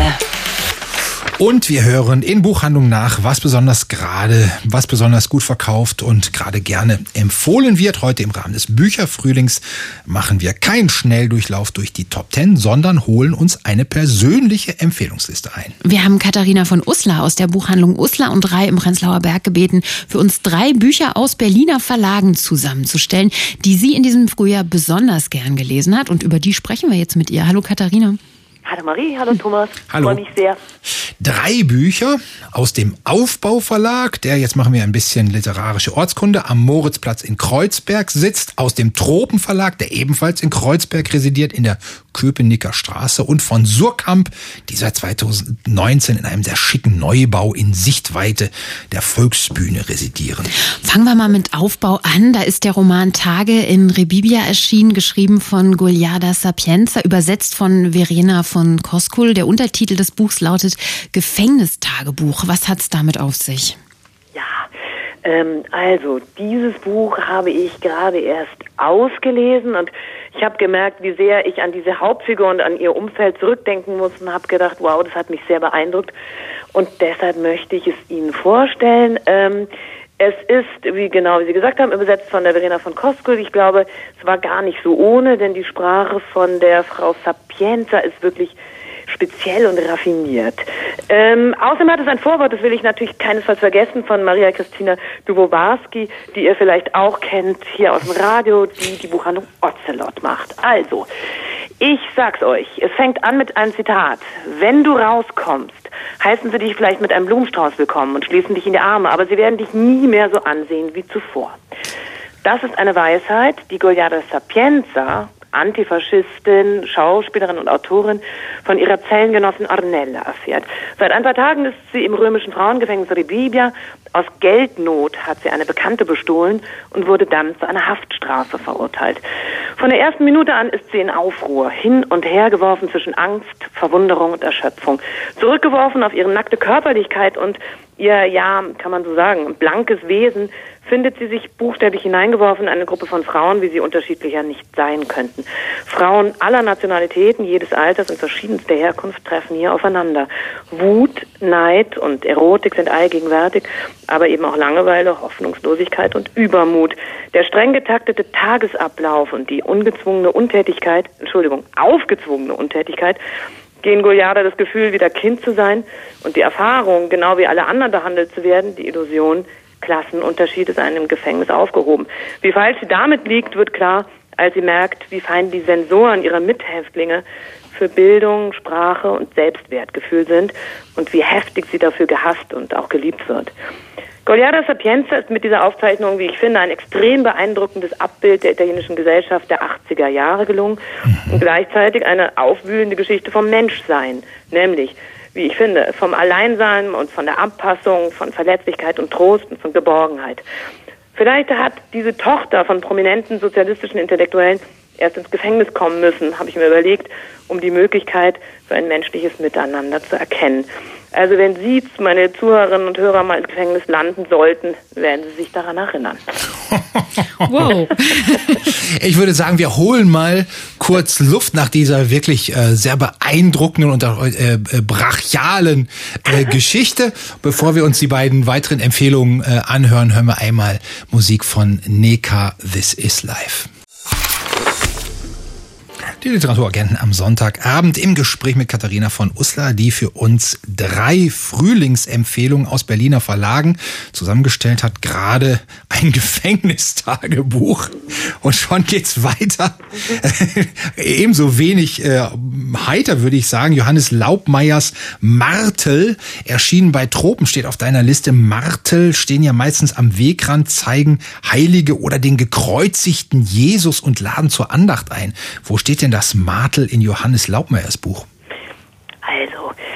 Und wir hören in Buchhandlungen nach, was besonders gerade, was besonders gut verkauft und gerade gerne empfohlen wird. Heute im Rahmen des Bücherfrühlings machen wir keinen Schnelldurchlauf durch die Top Ten, sondern holen uns eine persönliche Empfehlungsliste ein. Wir haben Katharina von Uslar aus der Buchhandlung Uslar und drei im Prenzlauer Berg gebeten, für uns drei Bücher aus Berliner Verlagen zusammenzustellen, die sie in diesem Frühjahr besonders gern gelesen hat. Und über die sprechen wir jetzt mit ihr. Hallo Katharina. Hallo Marie, hallo Thomas. Hallo. Freue mich sehr. Drei Bücher aus dem Aufbau-Verlag, der, jetzt machen wir ein bisschen literarische Ortskunde, am Moritzplatz in Kreuzberg sitzt, aus dem Tropen-Verlag, der ebenfalls in Kreuzberg residiert, in der Köpenicker Straße, und von Surkamp, die seit zweitausendneunzehn in einem sehr schicken Neubau in Sichtweite der Volksbühne residieren. Fangen wir mal mit Aufbau an. Da ist der Roman Tage in Rebibia erschienen, geschrieben von Goliarda Sapienza, übersetzt von Verena von Koskul. Der Untertitel des Buchs lautet Gefängnistagebuch. Was hat's damit auf sich? Ja, ähm, also dieses Buch habe ich gerade erst ausgelesen und ich habe gemerkt, wie sehr ich an diese Hauptfigur und an ihr Umfeld zurückdenken muss und habe gedacht, wow, das hat mich sehr beeindruckt und deshalb möchte ich es Ihnen vorstellen. Ähm, es ist, wie genau wie Sie gesagt haben, übersetzt von der Verena von Koskul. Ich glaube, es war gar nicht so ohne, denn die Sprache von der Frau Sapienza ist wirklich speziell und raffiniert. Ähm, außerdem hat es ein Vorwort, das will ich natürlich keinesfalls vergessen, von Maria Christina Dubowarski, die ihr vielleicht auch kennt, hier aus dem Radio, die die Buchhandlung Ocelot macht. Also, ich sag's euch, es fängt an mit einem Zitat. Wenn du rauskommst, heißen sie dich vielleicht mit einem Blumenstrauß willkommen und schließen dich in die Arme, aber sie werden dich nie mehr so ansehen wie zuvor. Das ist eine Weisheit, die Goliarda Sapienza, Antifaschistin, Schauspielerin und Autorin, von ihrer Zellengenossin Ornella erfährt. Seit ein paar Tagen ist sie im römischen Frauengefängnis Rebibia. Aus Geldnot hat sie eine Bekannte bestohlen und wurde dann zu einer Haftstrafe verurteilt. Von der ersten Minute an ist sie in Aufruhr, hin und her geworfen zwischen Angst, Verwunderung und Erschöpfung. Zurückgeworfen auf ihre nackte Körperlichkeit und ihr, ja, kann man so sagen, blankes Wesen, findet sie sich buchstäblich hineingeworfen in eine Gruppe von Frauen, wie sie unterschiedlicher nicht sein könnten. Frauen aller Nationalitäten, jedes Alters und verschiedenster Herkunft treffen hier aufeinander. Wut, Neid und Erotik sind allgegenwärtig, aber eben auch Langeweile, Hoffnungslosigkeit und Übermut. Der streng getaktete Tagesablauf und die ungezwungene Untätigkeit, Entschuldigung, aufgezwungene Untätigkeit, gehen Goliarda das Gefühl, wieder Kind zu sein und die Erfahrung, genau wie alle anderen behandelt zu werden, die Illusion, Klassenunterschied ist einem Gefängnis aufgehoben. Wie falsch sie damit liegt, wird klar, als sie merkt, wie fein die Sensoren ihrer Mithäftlinge für Bildung, Sprache und Selbstwertgefühl sind und wie heftig sie dafür gehasst und auch geliebt wird. Goliarda Sapienza ist mit dieser Aufzeichnung, wie ich finde, ein extrem beeindruckendes Abbild der italienischen Gesellschaft der achtziger Jahre gelungen und gleichzeitig eine aufwühlende Geschichte vom Menschsein, nämlich, wie ich finde, vom Alleinsein und von der Anpassung, von Verletzlichkeit und Trost und von Geborgenheit. Vielleicht hat diese Tochter von prominenten sozialistischen Intellektuellen erst ins Gefängnis kommen müssen, habe ich mir überlegt, um die Möglichkeit für ein menschliches Miteinander zu erkennen. Also wenn Sie, meine Zuhörerinnen und Hörer, mal ins Gefängnis landen sollten, werden Sie sich daran erinnern. Wow. Ich würde sagen, wir holen mal kurz Luft nach dieser wirklich äh, sehr beeindruckenden und äh, äh, brachialen äh, Geschichte. Bevor wir uns die beiden weiteren Empfehlungen äh, anhören, hören wir einmal Musik von Neka, This Is Life. Die Literaturagenten am Sonntagabend im Gespräch mit Katharina von Uslar, die für uns drei Frühlingsempfehlungen aus Berliner Verlagen zusammengestellt hat. Gerade ein Gefängnistagebuch. Und schon geht's weiter. Ebenso wenig äh, heiter, würde ich sagen. Johannes Laubmeyers Martel, erschienen bei Tropen, steht auf deiner Liste. Martel stehen ja meistens am Wegrand, zeigen Heilige oder den gekreuzigten Jesus und laden zur Andacht ein. Wo steht denn das Martel in Johannes Laubmeyers Buch? Also,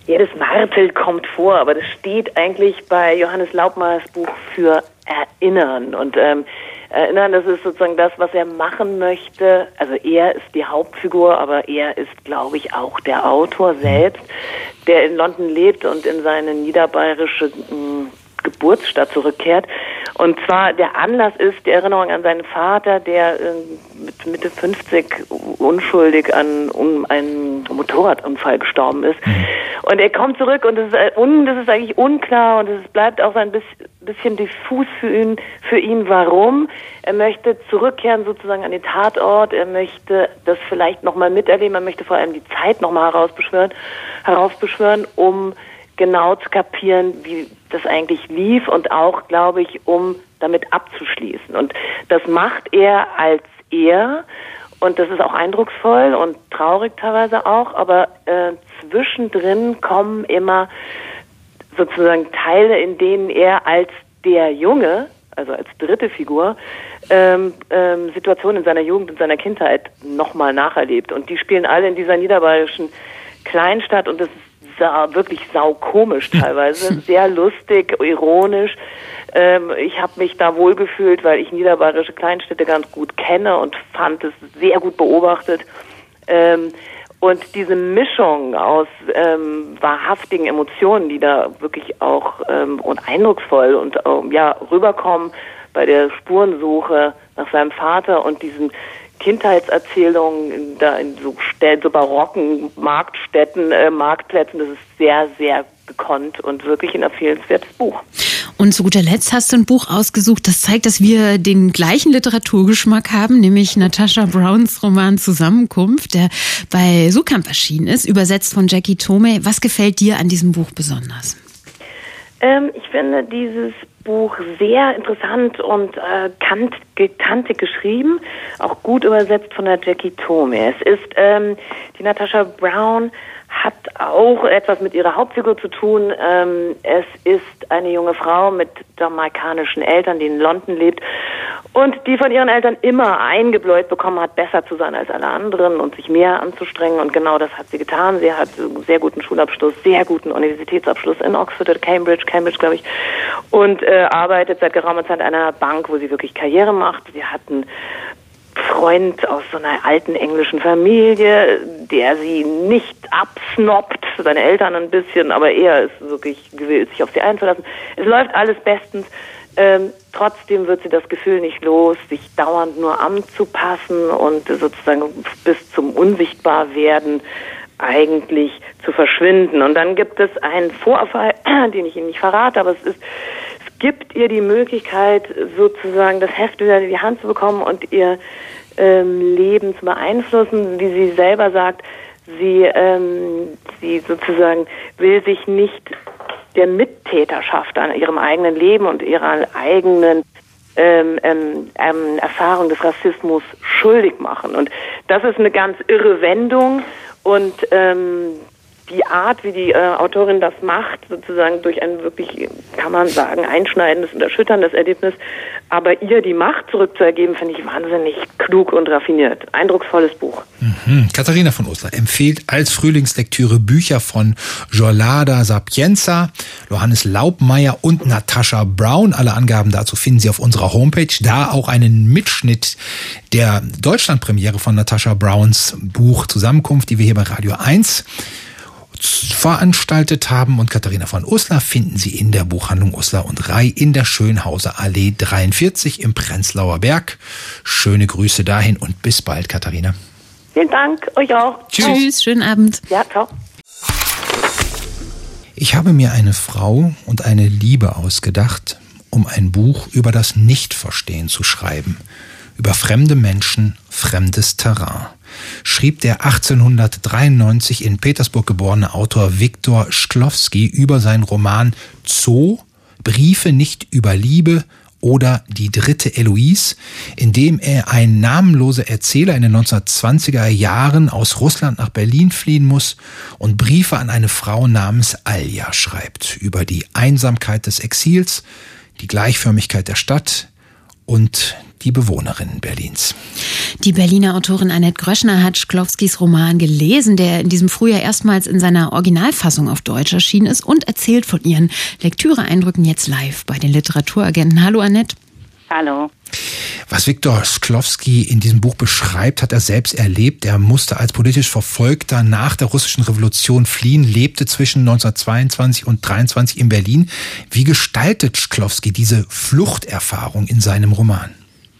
Ja, das Martel kommt vor, aber das steht eigentlich bei Johannes Laubmeyers Buch für Erinnern. Und ähm, Erinnern, das ist sozusagen das, was er machen möchte. Also er ist die Hauptfigur, aber er ist, glaube ich, auch der Autor selbst, der in London lebt und in seine niederbayerische mh, Geburtsstadt zurückkehrt. Und zwar der Anlass ist die Erinnerung an seinen Vater, der äh, mit Mitte fünfzig unschuldig an um einen Motorradunfall gestorben ist. Mhm. Und er kommt zurück und es ist, un, das ist eigentlich unklar und es bleibt auch so ein bisschen, bisschen diffus für ihn, für ihn, warum. Er möchte zurückkehren sozusagen an den Tatort, er möchte das vielleicht nochmal miterleben, er möchte vor allem die Zeit nochmal herausbeschwören, heraufbeschwören, um genau zu kapieren, wie das eigentlich lief und auch, glaube ich, um damit abzuschließen. Und das macht er als er und das ist auch eindrucksvoll und traurig teilweise auch, aber äh, zwischendrin kommen immer sozusagen Teile, in denen er als der Junge, also als dritte Figur, ähm, ähm, Situationen in seiner Jugend und seiner Kindheit nochmal nacherlebt. Und die spielen alle in dieser niederbayerischen Kleinstadt und das ist Sa- wirklich saukomisch teilweise, sehr lustig, ironisch. Ähm, ich habe mich da wohlgefühlt, weil ich niederbayerische Kleinstädte ganz gut kenne und fand es sehr gut beobachtet. Ähm, und diese Mischung aus ähm, wahrhaftigen Emotionen, die da wirklich auch ähm, und eindrucksvoll und ähm, ja rüberkommen bei der Spurensuche nach seinem Vater und diesen Kindheitserzählungen da in so, Städten, so barocken Marktstätten, äh, Marktplätzen, das ist sehr, sehr gekonnt und wirklich ein empfehlenswertes Buch. Und zu guter Letzt hast du ein Buch ausgesucht, das zeigt, dass wir den gleichen Literaturgeschmack haben, nämlich Natasha Browns Roman Zusammenkunft, der bei Suhrkamp erschienen ist, übersetzt von Jackie Tome. Was gefällt dir an diesem Buch besonders? Ähm, ich finde dieses Buch sehr interessant und äh, kant, kantig geschrieben, auch gut übersetzt von der Jackie Tome. Es ist, ähm, die Natasha Brown hat auch etwas mit ihrer Hauptfigur zu tun. Ähm, es ist eine junge Frau mit jamaikanischen Eltern, die in London lebt und die von ihren Eltern immer eingebläut bekommen hat, besser zu sein als alle anderen und sich mehr anzustrengen. Und genau das hat sie getan. Sie hat einen sehr guten Schulabschluss, sehr guten Universitätsabschluss in Oxford oder Cambridge, Cambridge glaube ich, und äh, arbeitet seit geraumer Zeit an einer Bank, wo sie wirklich Karriere macht. Sie hat einen Freund aus so einer alten englischen Familie, der sie nicht absnobbt, seine Eltern ein bisschen, aber er ist wirklich gewillt, sich auf sie einzulassen. Es läuft alles bestens. Ähm, trotzdem wird sie das Gefühl nicht los, sich dauernd nur anzupassen und sozusagen bis zum Unsichtbarwerden eigentlich zu verschwinden. Und dann gibt es einen Vorfall, den ich Ihnen nicht verrate, aber es ist, es gibt ihr die Möglichkeit, sozusagen das Heft wieder in die Hand zu bekommen und ihr ähm, Leben zu beeinflussen, wie sie selber sagt. Sie, ähm, sie sozusagen will sich nicht der Mittäterschaft an ihrem eigenen Leben und ihrer eigenen ähm, ähm, ähm, Erfahrung des Rassismus schuldig machen. Und das ist eine ganz irre Wendung und ähm, die Art, wie die äh, Autorin das macht, sozusagen durch ein wirklich, kann man sagen, einschneidendes und erschütterndes Erlebnis, aber ihr die Macht zurückzuergeben, finde ich wahnsinnig klug und raffiniert. Eindrucksvolles Buch. Mhm. Katharina von Uslar empfiehlt als Frühlingslektüre Bücher von Jorlada Sapienza, Johannes Laubmeyer und Natasha Brown. Alle Angaben dazu finden Sie auf unserer Homepage. Da auch einen Mitschnitt der Deutschlandpremiere von Natasha Browns Buch Zusammenkunft, die wir hier bei Radio eins veranstaltet haben. Und Katharina von Uslar finden Sie in der Buchhandlung Uslar und Ray in der Schönhauser Allee dreiundvierzig im Prenzlauer Berg. Schöne Grüße dahin und bis bald, Katharina. Vielen Dank, euch auch. Tschüss, Tschüss, schönen Abend. Ja, ciao. Ich habe mir eine Frau und eine Liebe ausgedacht, um ein Buch über das Nichtverstehen zu schreiben. Über fremde Menschen, fremdes Terrain, schrieb der achtzehnhundertdreiundneunzig in Petersburg geborene Autor Viktor Shklovsky über seinen Roman Zoo, Briefe nicht über Liebe oder Die dritte Eloise, in dem er ein namenloser Erzähler in den neunzehnhundertzwanziger Jahren aus Russland nach Berlin fliehen muss und Briefe an eine Frau namens Alja schreibt über die Einsamkeit des Exils, die Gleichförmigkeit der Stadt und die Bewohnerinnen Berlins. Die Berliner Autorin Annette Gröschner hat Szklowskis Roman gelesen, der in diesem Frühjahr erstmals in seiner Originalfassung auf Deutsch erschienen ist, und erzählt von ihren Lektüreeindrücken jetzt live bei den Literaturagenten. Hallo Annette. Hallo. Was Viktor Szklowski in diesem Buch beschreibt, hat er selbst erlebt. Er musste als politisch Verfolgter nach der russischen Revolution fliehen, lebte zwischen neunzehnhundertzweiundzwanzig und neunzehnhundertdreiundzwanzig in Berlin. Wie gestaltet Szklowski diese Fluchterfahrung in seinem Roman?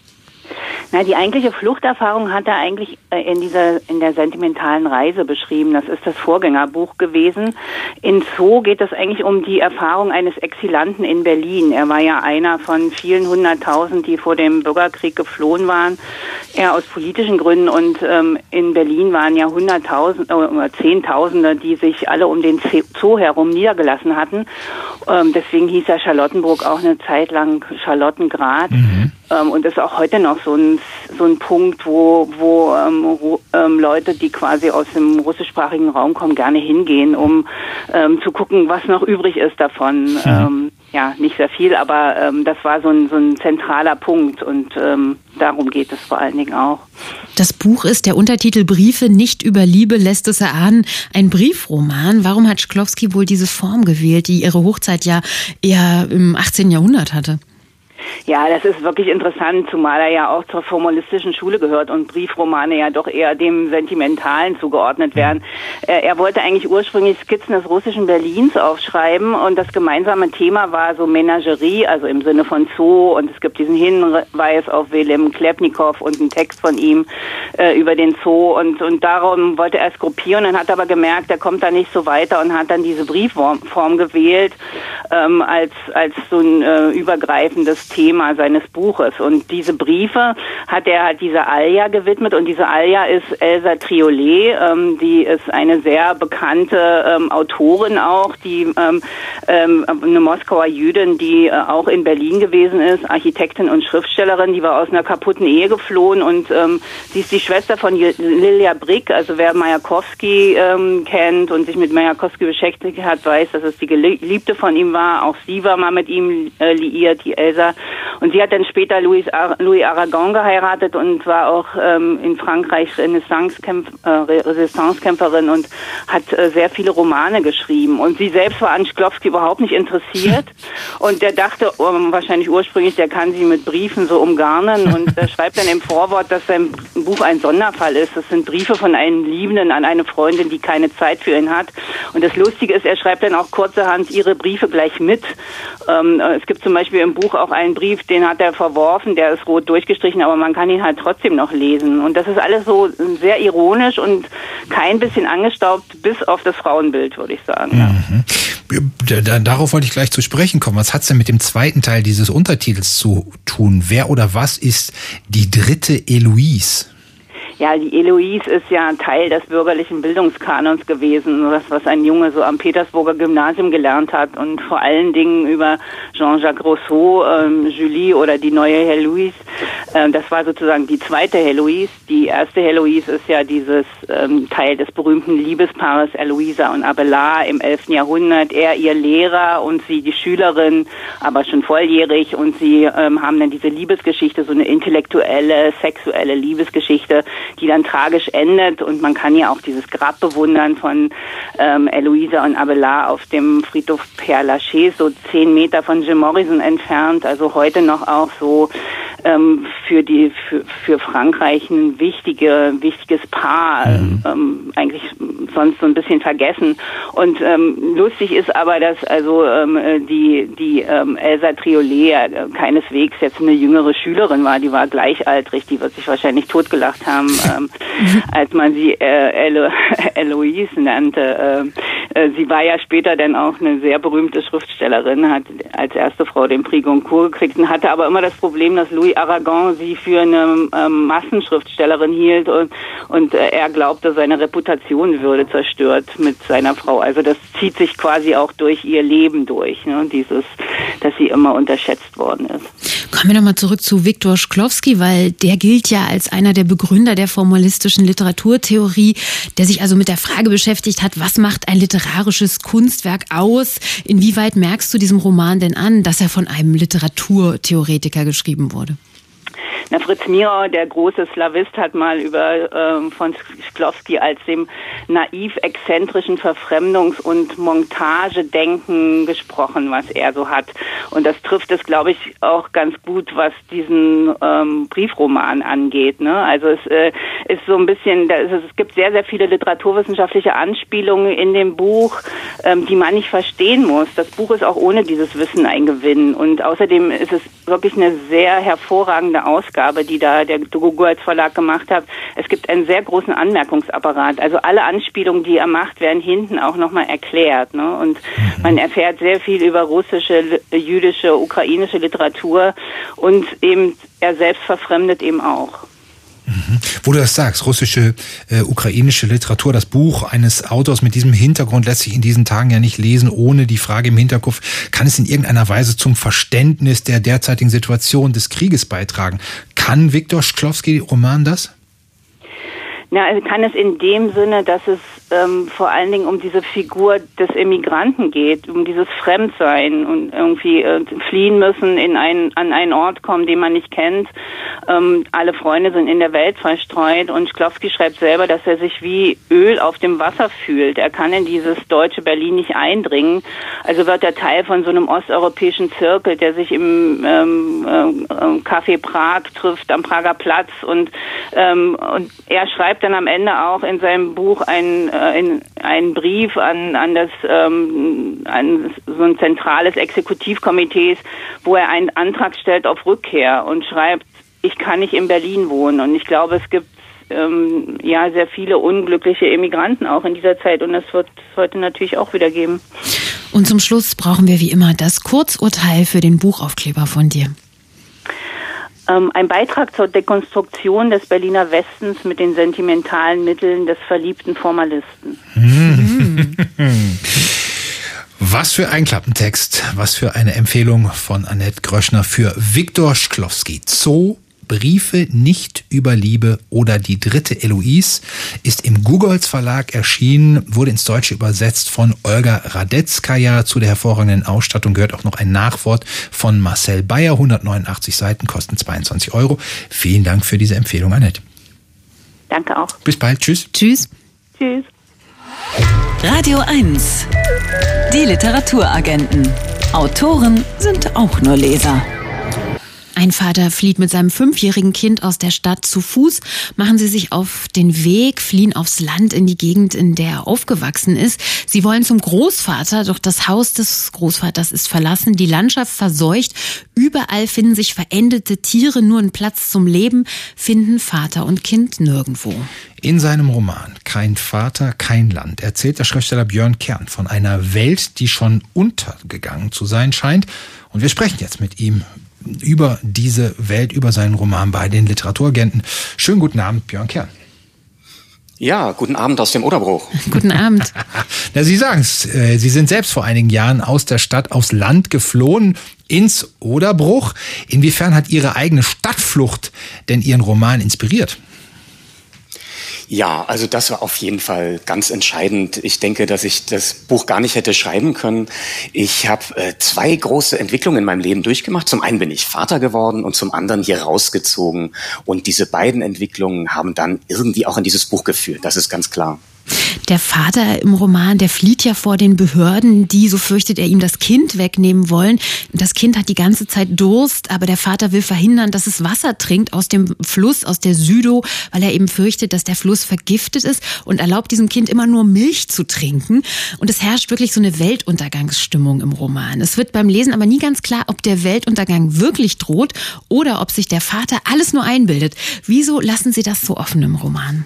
Na, die eigentliche Fluchterfahrung hat er eigentlich in dieser, in der sentimentalen Reise beschrieben. Das ist das Vorgängerbuch gewesen. In Zoo geht es eigentlich um die Erfahrung eines Exilanten in Berlin. Er war ja einer von vielen hunderttausend, die vor dem Bürgerkrieg geflohen waren. Er aus politischen Gründen, und ähm, in Berlin waren ja hunderttausend oder Zehntausende, die sich alle um den Zoo herum niedergelassen hatten. Ähm, deswegen hieß ja Charlottenburg auch eine Zeit lang Charlottengrad. Mhm. Ähm, und ist auch heute noch so ein so ein Punkt, wo wo ähm, ru, ähm, Leute, die quasi aus dem russischsprachigen Raum kommen, gerne hingehen, um ähm, zu gucken, was noch übrig ist davon. Ja, ähm, ja nicht sehr viel, aber ähm, das war so ein so ein zentraler Punkt, und ähm, darum geht es vor allen Dingen auch. Das Buch ist, der Untertitel Briefe nicht über Liebe lässt es erahnen, ein Briefroman. Warum hat Szklowski wohl diese Form gewählt, die ihre Hochzeit ja eher im achtzehnten Jahrhundert hatte? Ja, das ist wirklich interessant, zumal er ja auch zur formalistischen Schule gehört und Briefromane ja doch eher dem Sentimentalen zugeordnet werden. Er wollte eigentlich ursprünglich Skizzen des russischen Berlins aufschreiben, und das gemeinsame Thema war so Menagerie, also im Sinne von Zoo, und es gibt diesen Hinweis auf Wilhelm Klepnikow und einen Text von ihm äh, über den Zoo, und, und darum wollte er es gruppieren, und hat aber gemerkt, er kommt da nicht so weiter, und hat dann diese Briefform gewählt ähm, als, als so ein äh, übergreifendes Thema seines Buches. Und diese Briefe hat er halt dieser Alja gewidmet, und diese Alja ist Elsa Triolet, ähm, die ist eine sehr bekannte ähm, Autorin auch, die ähm, ähm, eine Moskauer Jüdin, die äh, auch in Berlin gewesen ist, Architektin und Schriftstellerin, die war aus einer kaputten Ehe geflohen, und ähm, sie ist die Schwester von Lilia Brick. Also wer Majakowski ähm, kennt und sich mit Majakowski beschäftigt hat, weiß, dass es die Geliebte von ihm war. Auch sie war mal mit ihm äh, liiert, die Elsa. Und sie hat dann später Louis, Ar- Louis Aragon geheiratet und war auch ähm, in Frankreich Renaissancekämpf- äh, Renaissancekämpferin und hat äh, sehr viele Romane geschrieben. Und sie selbst war an Szklowski überhaupt nicht interessiert. Und der dachte oh, wahrscheinlich ursprünglich, der kann sie mit Briefen so umgarnen. Und er schreibt dann im Vorwort, dass sein Buch ein Sonderfall ist. Das sind Briefe von einem Liebenden an eine Freundin, die keine Zeit für ihn hat. Und das Lustige ist, er schreibt dann auch kurzerhand ihre Briefe gleich mit. Ähm, es gibt zum Beispiel im Buch auch einen Brief, den hat er verworfen, der ist rot durchgestrichen, aber man kann ihn halt trotzdem noch lesen. Und das ist alles so sehr ironisch und kein bisschen angestaubt, bis auf das Frauenbild, würde ich sagen. Mhm. Darauf wollte ich gleich zu sprechen kommen. Was hat es denn mit dem zweiten Teil dieses Untertitels zu tun? Wer oder was ist die dritte Eloise? Ja, die Eloise ist ja Teil des bürgerlichen Bildungskanons gewesen, das, was ein Junge so am Petersburger Gymnasium gelernt hat, und vor allen Dingen über Jean-Jacques Rousseau, ähm, Julie oder die neue Heloise. Ähm, das war sozusagen die zweite Heloise. Die erste Heloise ist ja dieses ähm, Teil des berühmten Liebespaares Eloisa und Abelard im elften Jahrhundert. Er ihr Lehrer und sie die Schülerin, aber schon volljährig, und sie ähm, haben dann diese Liebesgeschichte, so eine intellektuelle, sexuelle Liebesgeschichte, die dann tragisch endet, und man kann ja auch dieses Grab bewundern von ähm, Eloisa und Abelard auf dem Friedhof Père Lachaise, so zehn Meter von Jim Morrison entfernt, also heute noch auch so ähm, für die für, für Frankreich ein wichtige, wichtiges Paar, mhm. ähm, eigentlich sonst so ein bisschen vergessen. Und ähm, lustig ist aber, dass also ähm, die die ähm, Elsa Triolet äh, keineswegs jetzt eine jüngere Schülerin war, die war gleichaltrig, die wird sich wahrscheinlich totgelacht haben, ähm, als man sie äh, Elo- Eloise nannte. Äh, sie war ja später dann auch eine sehr berühmte Schriftstellerin, hat als erste Frau den Prix Goncourt gekriegt und hatte aber immer das Problem, dass Louis Aragon sie für eine ähm, Massenschriftstellerin hielt, und, und äh, er glaubte, seine Reputation würde zerstört mit seiner Frau. Also das zieht sich quasi auch durch ihr Leben durch, ne? Dieses, dass sie immer unterschätzt worden ist. Kommen wir nochmal zurück zu Viktor Szklowski, weil der gilt ja als einer der Begründer der formalistischen Literaturtheorie, der sich also mit der Frage beschäftigt hat, was macht ein literarisches Kunstwerk aus? Inwieweit merkst du diesem Roman denn an, dass er von einem Literaturtheoretiker geschrieben wurde? Na, Fritz Mierer, der große Slawist, hat mal über ähm, von Szklowski als dem naiv exzentrischen Verfremdungs- und Montagedenken gesprochen, was er so hat. Und das trifft es, glaube ich, auch ganz gut, was diesen ähm, Briefroman angeht. Ne? Also es äh, ist so ein bisschen, da ist, es gibt sehr, sehr viele literaturwissenschaftliche Anspielungen in dem Buch, ähm, die man nicht verstehen muss. Das Buch ist auch ohne dieses Wissen ein Gewinn. Und außerdem ist es wirklich eine sehr hervorragende Ausgabe, die da der Gogolz Verlag gemacht hat. Es gibt einen sehr großen Anmerkungsapparat. Also alle Anspielungen, die er macht, werden hinten auch nochmal erklärt. Ne? Und man erfährt sehr viel über russische, jüdische, ukrainische Literatur und eben er selbst verfremdet eben auch. Mhm. Wo du das sagst, russische, äh, ukrainische Literatur, das Buch eines Autors mit diesem Hintergrund lässt sich in diesen Tagen ja nicht lesen, ohne die Frage im Hinterkopf, kann es in irgendeiner Weise zum Verständnis der derzeitigen Situation des Krieges beitragen? Kann Viktor Szklowski-Roman das? Ja, also kann es in dem Sinne, dass es ähm, vor allen Dingen um diese Figur des Immigranten geht, um dieses Fremdsein und irgendwie äh, fliehen müssen, in einen, an einen Ort kommen, den man nicht kennt. Ähm, alle Freunde sind in der Welt verstreut und Szklowski schreibt selber, dass er sich wie Öl auf dem Wasser fühlt. Er kann in dieses deutsche Berlin nicht eindringen. Also wird er Teil von so einem osteuropäischen Zirkel, der sich im ähm, äh, Café Prag trifft, am Prager Platz und, ähm, und er schreibt dann am Ende auch in seinem Buch einen, äh, in, einen Brief an, an das ähm, an so ein zentrales Exekutivkomitees, wo er einen Antrag stellt auf Rückkehr und schreibt, ich kann nicht in Berlin wohnen. Und ich glaube, es gibt ähm, ja sehr viele unglückliche Immigranten auch in dieser Zeit und das wird es heute natürlich auch wieder geben. Und zum Schluss brauchen wir wie immer das Kurzurteil für den Buchaufkleber von dir. Ein Beitrag zur Dekonstruktion des Berliner Westens mit den sentimentalen Mitteln des verliebten Formalisten. Was für ein Klappentext, was für eine Empfehlung von Annette Gröschner für Viktor Szklowski. Zoo, Briefe nicht über Liebe oder die dritte Eloise ist im Gogolz Verlag erschienen, wurde ins Deutsche übersetzt von Olga Radetzkaja. Zu der hervorragenden Ausstattung gehört auch noch ein Nachwort von Marcel Bayer. hundertneunundachtzig Seiten, kosten zweiundzwanzig Euro. Vielen Dank für diese Empfehlung, Annette. Danke auch. Bis bald. Tschüss. Tschüss. Tschüss. Radio eins. Die Literaturagenten. Autoren sind auch nur Leser. Ein Vater flieht mit seinem fünfjährigen Kind aus der Stadt zu Fuß, machen sie sich auf den Weg, fliehen aufs Land in die Gegend, in der er aufgewachsen ist. Sie wollen zum Großvater, doch das Haus des Großvaters ist verlassen, die Landschaft verseucht. Überall finden sich verendete Tiere, nur einen Platz zum Leben finden Vater und Kind nirgendwo. In seinem Roman Kein Vater, kein Land erzählt der Schriftsteller Björn Kern von einer Welt, die schon untergegangen zu sein scheint. Und wir sprechen jetzt mit ihm über diese Welt, über seinen Roman bei den Literaturagenten. Schönen guten Abend, Björn Kern. Ja, guten Abend aus dem Oderbruch. Guten Abend. Na, Sie sagen es, Sie sind selbst vor einigen Jahren aus der Stadt aufs Land geflohen, ins Oderbruch. Inwiefern hat Ihre eigene Stadtflucht denn Ihren Roman inspiriert? Ja, also das war auf jeden Fall ganz entscheidend. Ich denke, dass ich das Buch gar nicht hätte schreiben können. Ich habe äh, zwei große Entwicklungen in meinem Leben durchgemacht. Zum einen bin ich Vater geworden und zum anderen hier rausgezogen. Und diese beiden Entwicklungen haben dann irgendwie auch in dieses Buch geführt. Das ist ganz klar. Der Vater im Roman, der flieht ja vor den Behörden, die, so fürchtet er, ihm das Kind wegnehmen wollen. Das Kind hat die ganze Zeit Durst, aber der Vater will verhindern, dass es Wasser trinkt aus dem Fluss, aus der Südow, weil er eben fürchtet, dass der Fluss vergiftet ist und erlaubt diesem Kind immer nur Milch zu trinken. Und es herrscht wirklich so eine Weltuntergangsstimmung im Roman. Es wird beim Lesen aber nie ganz klar, ob der Weltuntergang wirklich droht oder ob sich der Vater alles nur einbildet. Wieso lassen Sie das so offen im Roman?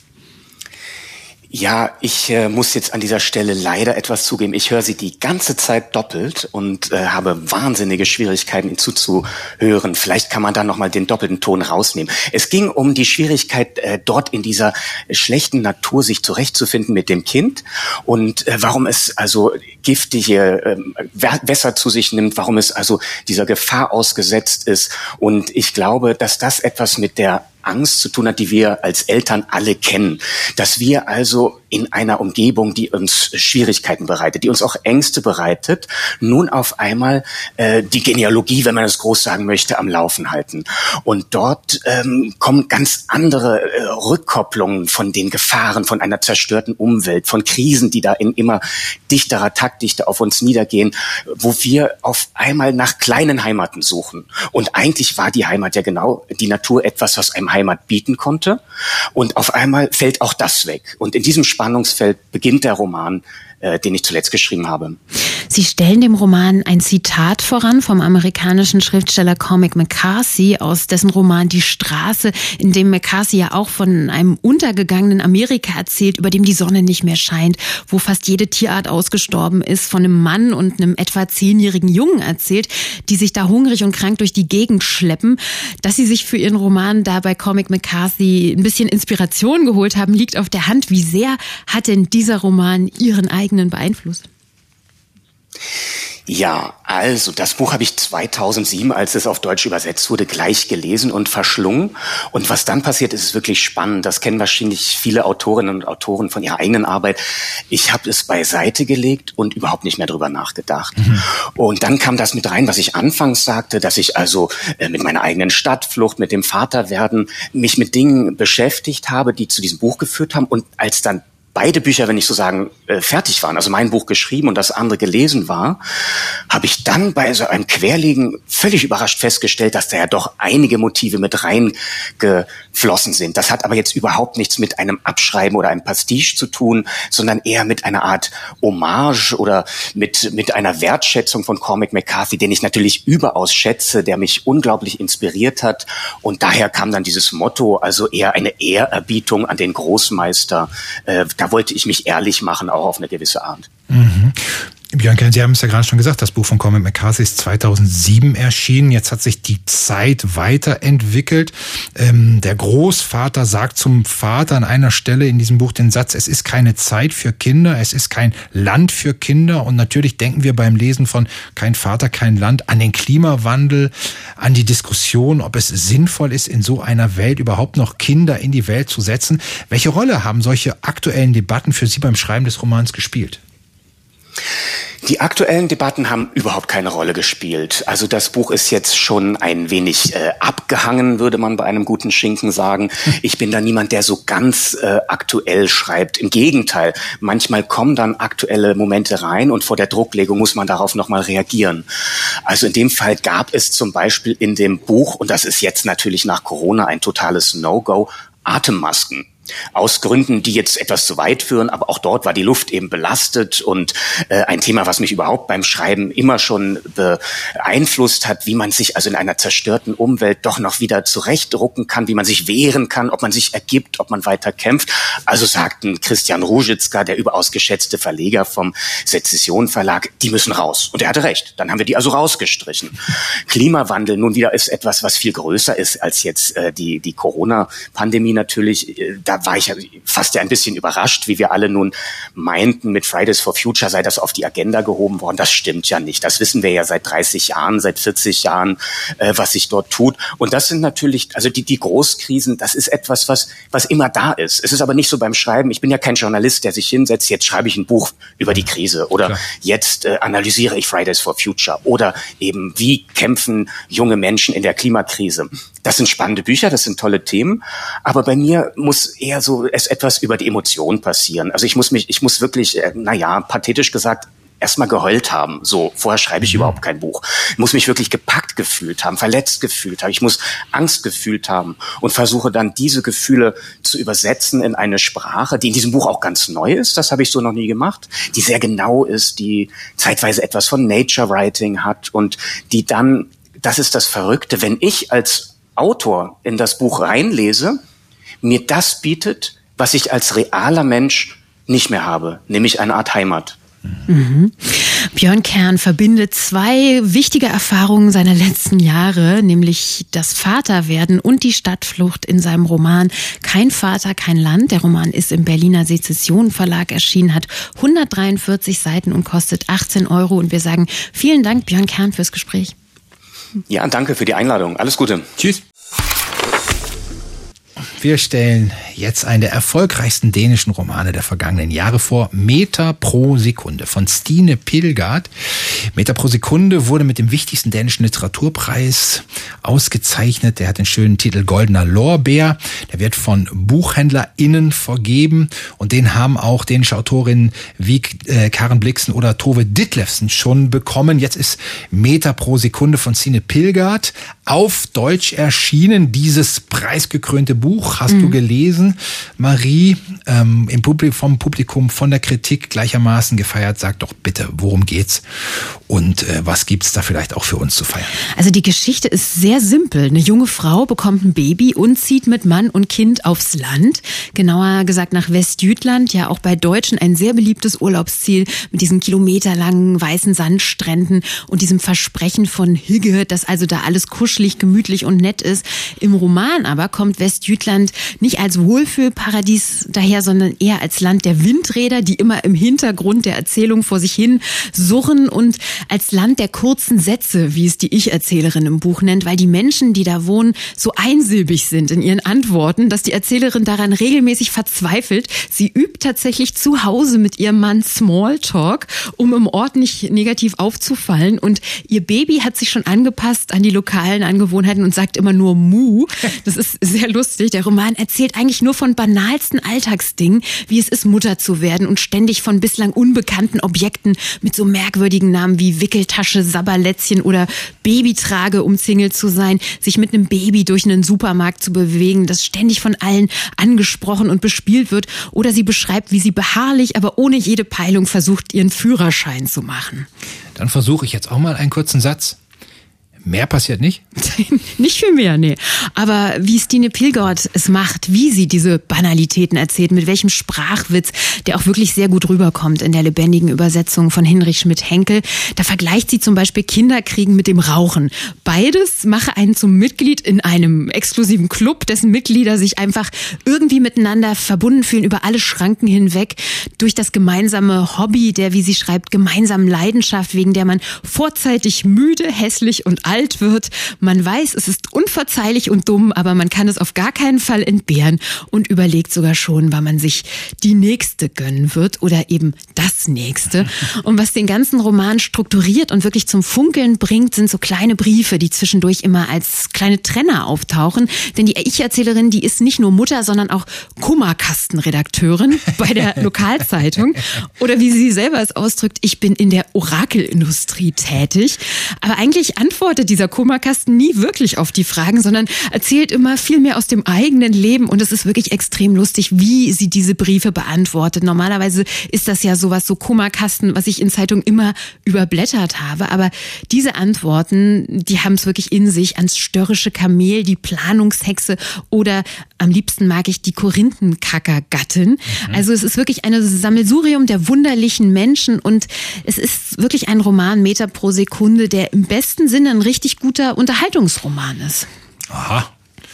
Ja, ich äh, muss jetzt an dieser Stelle leider etwas zugeben. Ich höre sie die ganze Zeit doppelt und äh, habe wahnsinnige Schwierigkeiten, ihn zuzuhören. Vielleicht kann man da nochmal den doppelten Ton rausnehmen. Es ging um die Schwierigkeit, äh, dort in dieser schlechten Natur sich zurechtzufinden mit dem Kind und äh, warum es also giftige äh, Wässer zu sich nimmt, warum es also dieser Gefahr ausgesetzt ist. Und ich glaube, dass das etwas mit der Angst zu tun hat, die wir als Eltern alle kennen. Dass wir also in einer Umgebung, die uns Schwierigkeiten bereitet, die uns auch Ängste bereitet, nun auf einmal äh, die Genealogie, wenn man es groß sagen möchte, am Laufen halten. Und dort ähm, kommen ganz andere äh, Rückkopplungen von den Gefahren, von einer zerstörten Umwelt, von Krisen, die da in immer dichterer Taktdichte auf uns niedergehen, wo wir auf einmal nach kleinen Heimaten suchen. Und eigentlich war die Heimat ja genau die Natur etwas, was einem Heimat bieten konnte. Und auf einmal fällt auch das weg. Und in diesem Spannungsfeld beginnt der Roman, äh, den ich zuletzt geschrieben habe. Sie stellen dem Roman ein Zitat voran vom amerikanischen Schriftsteller Cormac McCarthy aus dessen Roman Die Straße, in dem McCarthy ja auch von einem untergegangenen Amerika erzählt, über dem die Sonne nicht mehr scheint, wo fast jede Tierart ausgestorben ist, von einem Mann und einem etwa zehnjährigen Jungen erzählt, die sich da hungrig und krank durch die Gegend schleppen. Dass Sie sich für Ihren Roman da bei Cormac McCarthy ein bisschen Inspiration geholt haben, liegt auf der Hand. Wie sehr hat denn dieser Roman Ihren eigenen beeinflusst? Ja, also das Buch habe ich zweitausendsieben, als es auf Deutsch übersetzt wurde, gleich gelesen und verschlungen. Und was dann passiert, ist wirklich spannend. Das kennen wahrscheinlich viele Autorinnen und Autoren von ihrer eigenen Arbeit. Ich habe es beiseite gelegt und überhaupt nicht mehr drüber nachgedacht. Mhm. Und dann kam das mit rein, was ich anfangs sagte, dass ich also äh, mit meiner eigenen Stadtflucht, mit dem Vaterwerden mich mit Dingen beschäftigt habe, die zu diesem Buch geführt haben. Und als dann beide Bücher, wenn ich so sagen, äh, fertig waren, also mein Buch geschrieben und das andere gelesen war, habe ich dann bei so einem Querlegen völlig überrascht festgestellt, dass da ja doch einige Motive mit reingeflossen sind. Das hat aber jetzt überhaupt nichts mit einem Abschreiben oder einem Pastiche zu tun, sondern eher mit einer Art Hommage oder mit mit einer Wertschätzung von Cormac McCarthy, den ich natürlich überaus schätze, der mich unglaublich inspiriert hat. Und daher kam dann dieses Motto, also eher eine Ehrerbietung an den Großmeister. Äh, Da wollte ich mich ehrlich machen, auch auf eine gewisse Art. Mhm. Björn Kern, Sie haben es ja gerade schon gesagt, das Buch von Cormac McCarthy ist zweitausendsieben erschienen. Jetzt hat sich die Zeit weiterentwickelt. Ähm, der Großvater sagt zum Vater an einer Stelle in diesem Buch den Satz, es ist keine Zeit für Kinder, es ist kein Land für Kinder. Und natürlich denken wir beim Lesen von Kein Vater, kein Land an den Klimawandel, an die Diskussion, ob es sinnvoll ist, in so einer Welt überhaupt noch Kinder in die Welt zu setzen. Welche Rolle haben solche aktuellen Debatten für Sie beim Schreiben des Romans gespielt? Die aktuellen Debatten haben überhaupt keine Rolle gespielt. Also das Buch ist jetzt schon ein wenig äh, abgehangen, würde man bei einem guten Schinken sagen. Ich bin da niemand, der so ganz äh, aktuell schreibt. Im Gegenteil, manchmal kommen dann aktuelle Momente rein und vor der Drucklegung muss man darauf nochmal reagieren. Also in dem Fall gab es zum Beispiel in dem Buch, und das ist jetzt natürlich nach Corona ein totales No-Go, Atemmasken. Aus Gründen, die jetzt etwas zu weit führen, aber auch dort war die Luft eben belastet und äh, ein Thema, was mich überhaupt beim Schreiben immer schon beeinflusst hat, wie man sich also in einer zerstörten Umwelt doch noch wieder zurechtrucken kann, wie man sich wehren kann, ob man sich ergibt, ob man weiter kämpft. Also sagten Christian Ruzicka, der überaus geschätzte Verleger vom Sezession Verlag, die müssen raus. Und er hatte recht. Dann haben wir die also rausgestrichen. Klimawandel nun wieder ist etwas, was viel größer ist als jetzt äh, die die Corona-Pandemie natürlich. Äh, da war ich ja fast ja ein bisschen überrascht, wie wir alle nun meinten, mit Fridays for Future sei das auf die Agenda gehoben worden. Das stimmt ja nicht. Das wissen wir ja seit dreißig Jahren, seit vierzig Jahren, äh, was sich dort tut. Und das sind natürlich, also die, die Großkrisen, das ist etwas, was, was immer da ist. Es ist aber nicht so beim Schreiben. Ich bin ja kein Journalist, der sich hinsetzt, jetzt schreibe ich ein Buch über die Krise oder Klar. jetzt äh, analysiere ich Fridays for Future oder eben, wie kämpfen junge Menschen in der Klimakrise. Das sind spannende Bücher, das sind tolle Themen, aber bei mir muss eher so es etwas über die Emotion passieren. Also ich muss mich, ich muss wirklich, äh, naja, pathetisch gesagt, erstmal geheult haben. So, vorher schreibe ich mhm. überhaupt kein Buch. Ich muss mich wirklich gepackt gefühlt haben, verletzt gefühlt haben. Ich muss Angst gefühlt haben und versuche dann diese Gefühle zu übersetzen in eine Sprache, die in diesem Buch auch ganz neu ist. Das habe ich so noch nie gemacht. Die sehr genau ist, die zeitweise etwas von Nature Writing hat und die dann, das ist das Verrückte, wenn ich als Autor in das Buch reinlese, mir das bietet, was ich als realer Mensch nicht mehr habe, nämlich eine Art Heimat. Mhm. Björn Kern verbindet zwei wichtige Erfahrungen seiner letzten Jahre, nämlich das Vaterwerden und die Stadtflucht in seinem Roman Kein Vater, kein Land. Der Roman ist im Berliner Sezession Verlag erschienen, hat hundertdreiundvierzig Seiten und kostet achtzehn Euro. Und wir sagen vielen Dank, Björn Kern, fürs Gespräch. Ja, danke für die Einladung. Alles Gute. Tschüss. Wir stellen jetzt einen der erfolgreichsten dänischen Romane der vergangenen Jahre vor, Meter pro Sekunde von Stine Pilgaard. Meter pro Sekunde wurde mit dem wichtigsten dänischen Literaturpreis ausgezeichnet. Der hat den schönen Titel Goldener Lorbeer. Der wird von BuchhändlerInnen vergeben und den haben auch dänische Autorinnen wie äh, Karen Blixen oder Tove Ditlevsen schon bekommen. Jetzt ist Meter pro Sekunde von Stine Pilgaard auf Deutsch erschienen. Dieses preisgekrönte Buch hast mhm. du gelesen, Marie, ähm, im Publikum, vom Publikum, von der Kritik gleichermaßen gefeiert. Sag doch bitte, worum geht's und äh, was gibt's da vielleicht auch für uns zu feiern? Also die Geschichte ist sehr simpel. Eine junge Frau bekommt ein Baby und zieht mit Mann und Kind aufs Land. Genauer gesagt nach Westjütland, ja auch bei Deutschen ein sehr beliebtes Urlaubsziel mit diesen kilometerlangen weißen Sandstränden und diesem Versprechen von Hygge, dass also da alles kuschelig, gemütlich und nett ist. Im Roman aber kommt Westjütland nicht als Wohlfühlparadies daher, sondern eher als Land der Windräder, die immer im Hintergrund der Erzählung vor sich hin surren und als Land der kurzen Sätze, wie es die Ich-Erzählerin im Buch nennt, weil die Menschen, die da wohnen, so einsilbig sind in ihren Antworten, dass die Erzählerin daran regelmäßig verzweifelt. Sie übt tatsächlich zu Hause mit ihrem Mann Smalltalk, um im Ort nicht negativ aufzufallen, und ihr Baby hat sich schon angepasst an die lokalen Angewohnheiten und sagt immer nur Mu. Das ist sehr lustig. Der Roman erzählt eigentlich nur von banalsten Alltagsdingen, wie es ist, Mutter zu werden, und ständig von bislang unbekannten Objekten mit so merkwürdigen Namen wie Wickeltasche, Sabberlätzchen oder Babytrage umzingelt zu sein, sich mit einem Baby durch einen Supermarkt zu bewegen, das ständig von allen angesprochen und bespielt wird, oder sie beschreibt, wie sie beharrlich, aber ohne jede Peilung versucht, ihren Führerschein zu machen. Dann versuche ich jetzt auch mal einen kurzen Satz. Mehr passiert nicht? Nicht viel mehr, nee. Aber wie Stine Pilgaard es macht, wie sie diese Banalitäten erzählt, mit welchem Sprachwitz, der auch wirklich sehr gut rüberkommt in der lebendigen Übersetzung von Hinrich Schmidt-Henkel. Da vergleicht sie zum Beispiel Kinderkriegen mit dem Rauchen. Beides mache einen zum Mitglied in einem exklusiven Club, dessen Mitglieder sich einfach irgendwie miteinander verbunden fühlen, über alle Schranken hinweg, durch das gemeinsame Hobby, der, wie sie schreibt, gemeinsamen Leidenschaft, wegen der man vorzeitig müde, hässlich und alt wird. Man weiß, es ist unverzeihlich und dumm, aber man kann es auf gar keinen Fall entbehren und überlegt sogar schon, wann man sich die nächste gönnen wird oder eben das nächste. Und was den ganzen Roman strukturiert und wirklich zum Funkeln bringt, sind so kleine Briefe, die zwischendurch immer als kleine Trenner auftauchen. Denn die Ich-Erzählerin, die ist nicht nur Mutter, sondern auch Kummerkastenredakteurin bei der Lokalzeitung. Oder wie sie selber es ausdrückt, ich bin in der Orakelindustrie tätig. Aber eigentlich antwortet dieser Kummerkasten nie wirklich auf die Fragen, sondern erzählt immer viel mehr aus dem eigenen Leben, und es ist wirklich extrem lustig, wie sie diese Briefe beantwortet. Normalerweise ist das ja sowas, so Kummerkasten, was ich in Zeitungen immer überblättert habe, aber diese Antworten, die haben es wirklich in sich, ans störrische Kamel, die Planungshexe oder am liebsten mag ich die Korinthenkackergattin. Mhm. Also es ist wirklich ein Sammelsurium der wunderlichen Menschen, und es ist wirklich ein Roman, Meter pro Sekunde, der im besten Sinne ein richtig guter Unterhaltungsroman ist. Aha.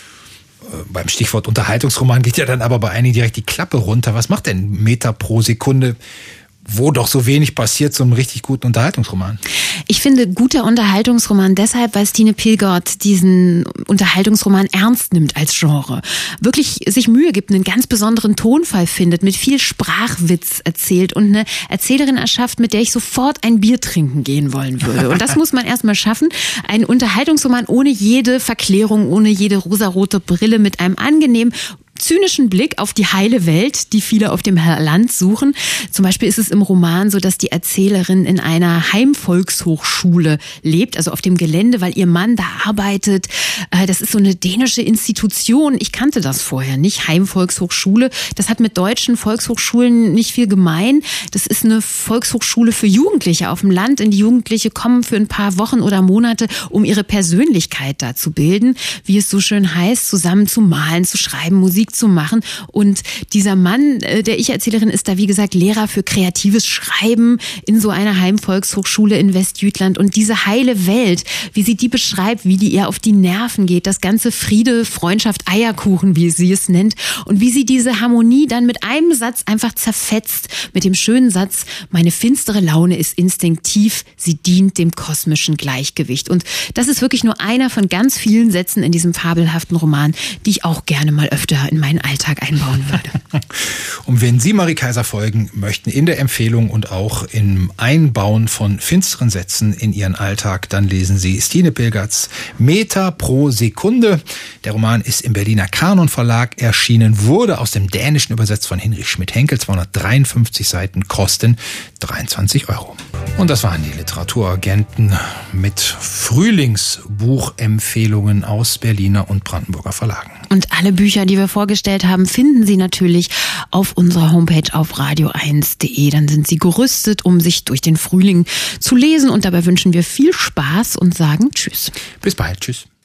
Beim Stichwort Unterhaltungsroman geht ja dann aber bei einigen direkt die Klappe runter. Was macht denn Meter pro Sekunde, wo doch so wenig passiert, so einem richtig guten Unterhaltungsroman? Ich finde, guter Unterhaltungsroman deshalb, weil Stine Pilgaard diesen Unterhaltungsroman ernst nimmt als Genre. Wirklich sich Mühe gibt, einen ganz besonderen Tonfall findet, mit viel Sprachwitz erzählt und eine Erzählerin erschafft, mit der ich sofort ein Bier trinken gehen wollen würde. Und das muss man erstmal schaffen. Ein Unterhaltungsroman ohne jede Verklärung, ohne jede rosarote Brille, mit einem angenehmen, zynischen Blick auf die heile Welt, die viele auf dem Land suchen. Zum Beispiel ist es im Roman so, dass die Erzählerin in einer Heimvolkshochschule lebt, also auf dem Gelände, weil ihr Mann da arbeitet. Das ist so eine dänische Institution. Ich kannte das vorher nicht. Heimvolkshochschule. Das hat mit deutschen Volkshochschulen nicht viel gemein. Das ist eine Volkshochschule für Jugendliche auf dem Land. In die Jugendliche kommen für ein paar Wochen oder Monate, um ihre Persönlichkeit da zu bilden. Wie es so schön heißt, zusammen zu malen, zu schreiben, Musik zu machen. Und dieser Mann, der Ich-Erzählerin, ist da wie gesagt Lehrer für kreatives Schreiben in so einer Heimvolkshochschule in Westjütland. Und diese heile Welt, wie sie die beschreibt, wie die ihr auf die Nerven geht, das ganze Friede, Freundschaft, Eierkuchen, wie sie es nennt, und wie sie diese Harmonie dann mit einem Satz einfach zerfetzt, mit dem schönen Satz: meine finstere Laune ist instinktiv, sie dient dem kosmischen Gleichgewicht. Und das ist wirklich nur einer von ganz vielen Sätzen in diesem fabelhaften Roman, die ich auch gerne mal öfter in in meinen Alltag einbauen würde. Und wenn Sie Marie Kaiser folgen möchten in der Empfehlung und auch im Einbauen von finsteren Sätzen in Ihren Alltag, dann lesen Sie Stine Pilgerts Meter pro Sekunde. Der Roman ist im Berliner Kanon Verlag erschienen, wurde aus dem Dänischen übersetzt von Hinrich Schmidt-Henkel, zweihundertdreiundfünfzig Seiten, kosten dreiundzwanzig Euro. Und das waren die Literaturagenten mit Frühlingsbuchempfehlungen aus Berliner und Brandenburger Verlagen. Und alle Bücher, die wir vorgestellt haben, finden Sie natürlich auf unserer Homepage auf radio eins punkt de. Dann sind Sie gerüstet, um sich durch den Frühling zu lesen. Und dabei wünschen wir viel Spaß und sagen Tschüss. Bis bald. Tschüss.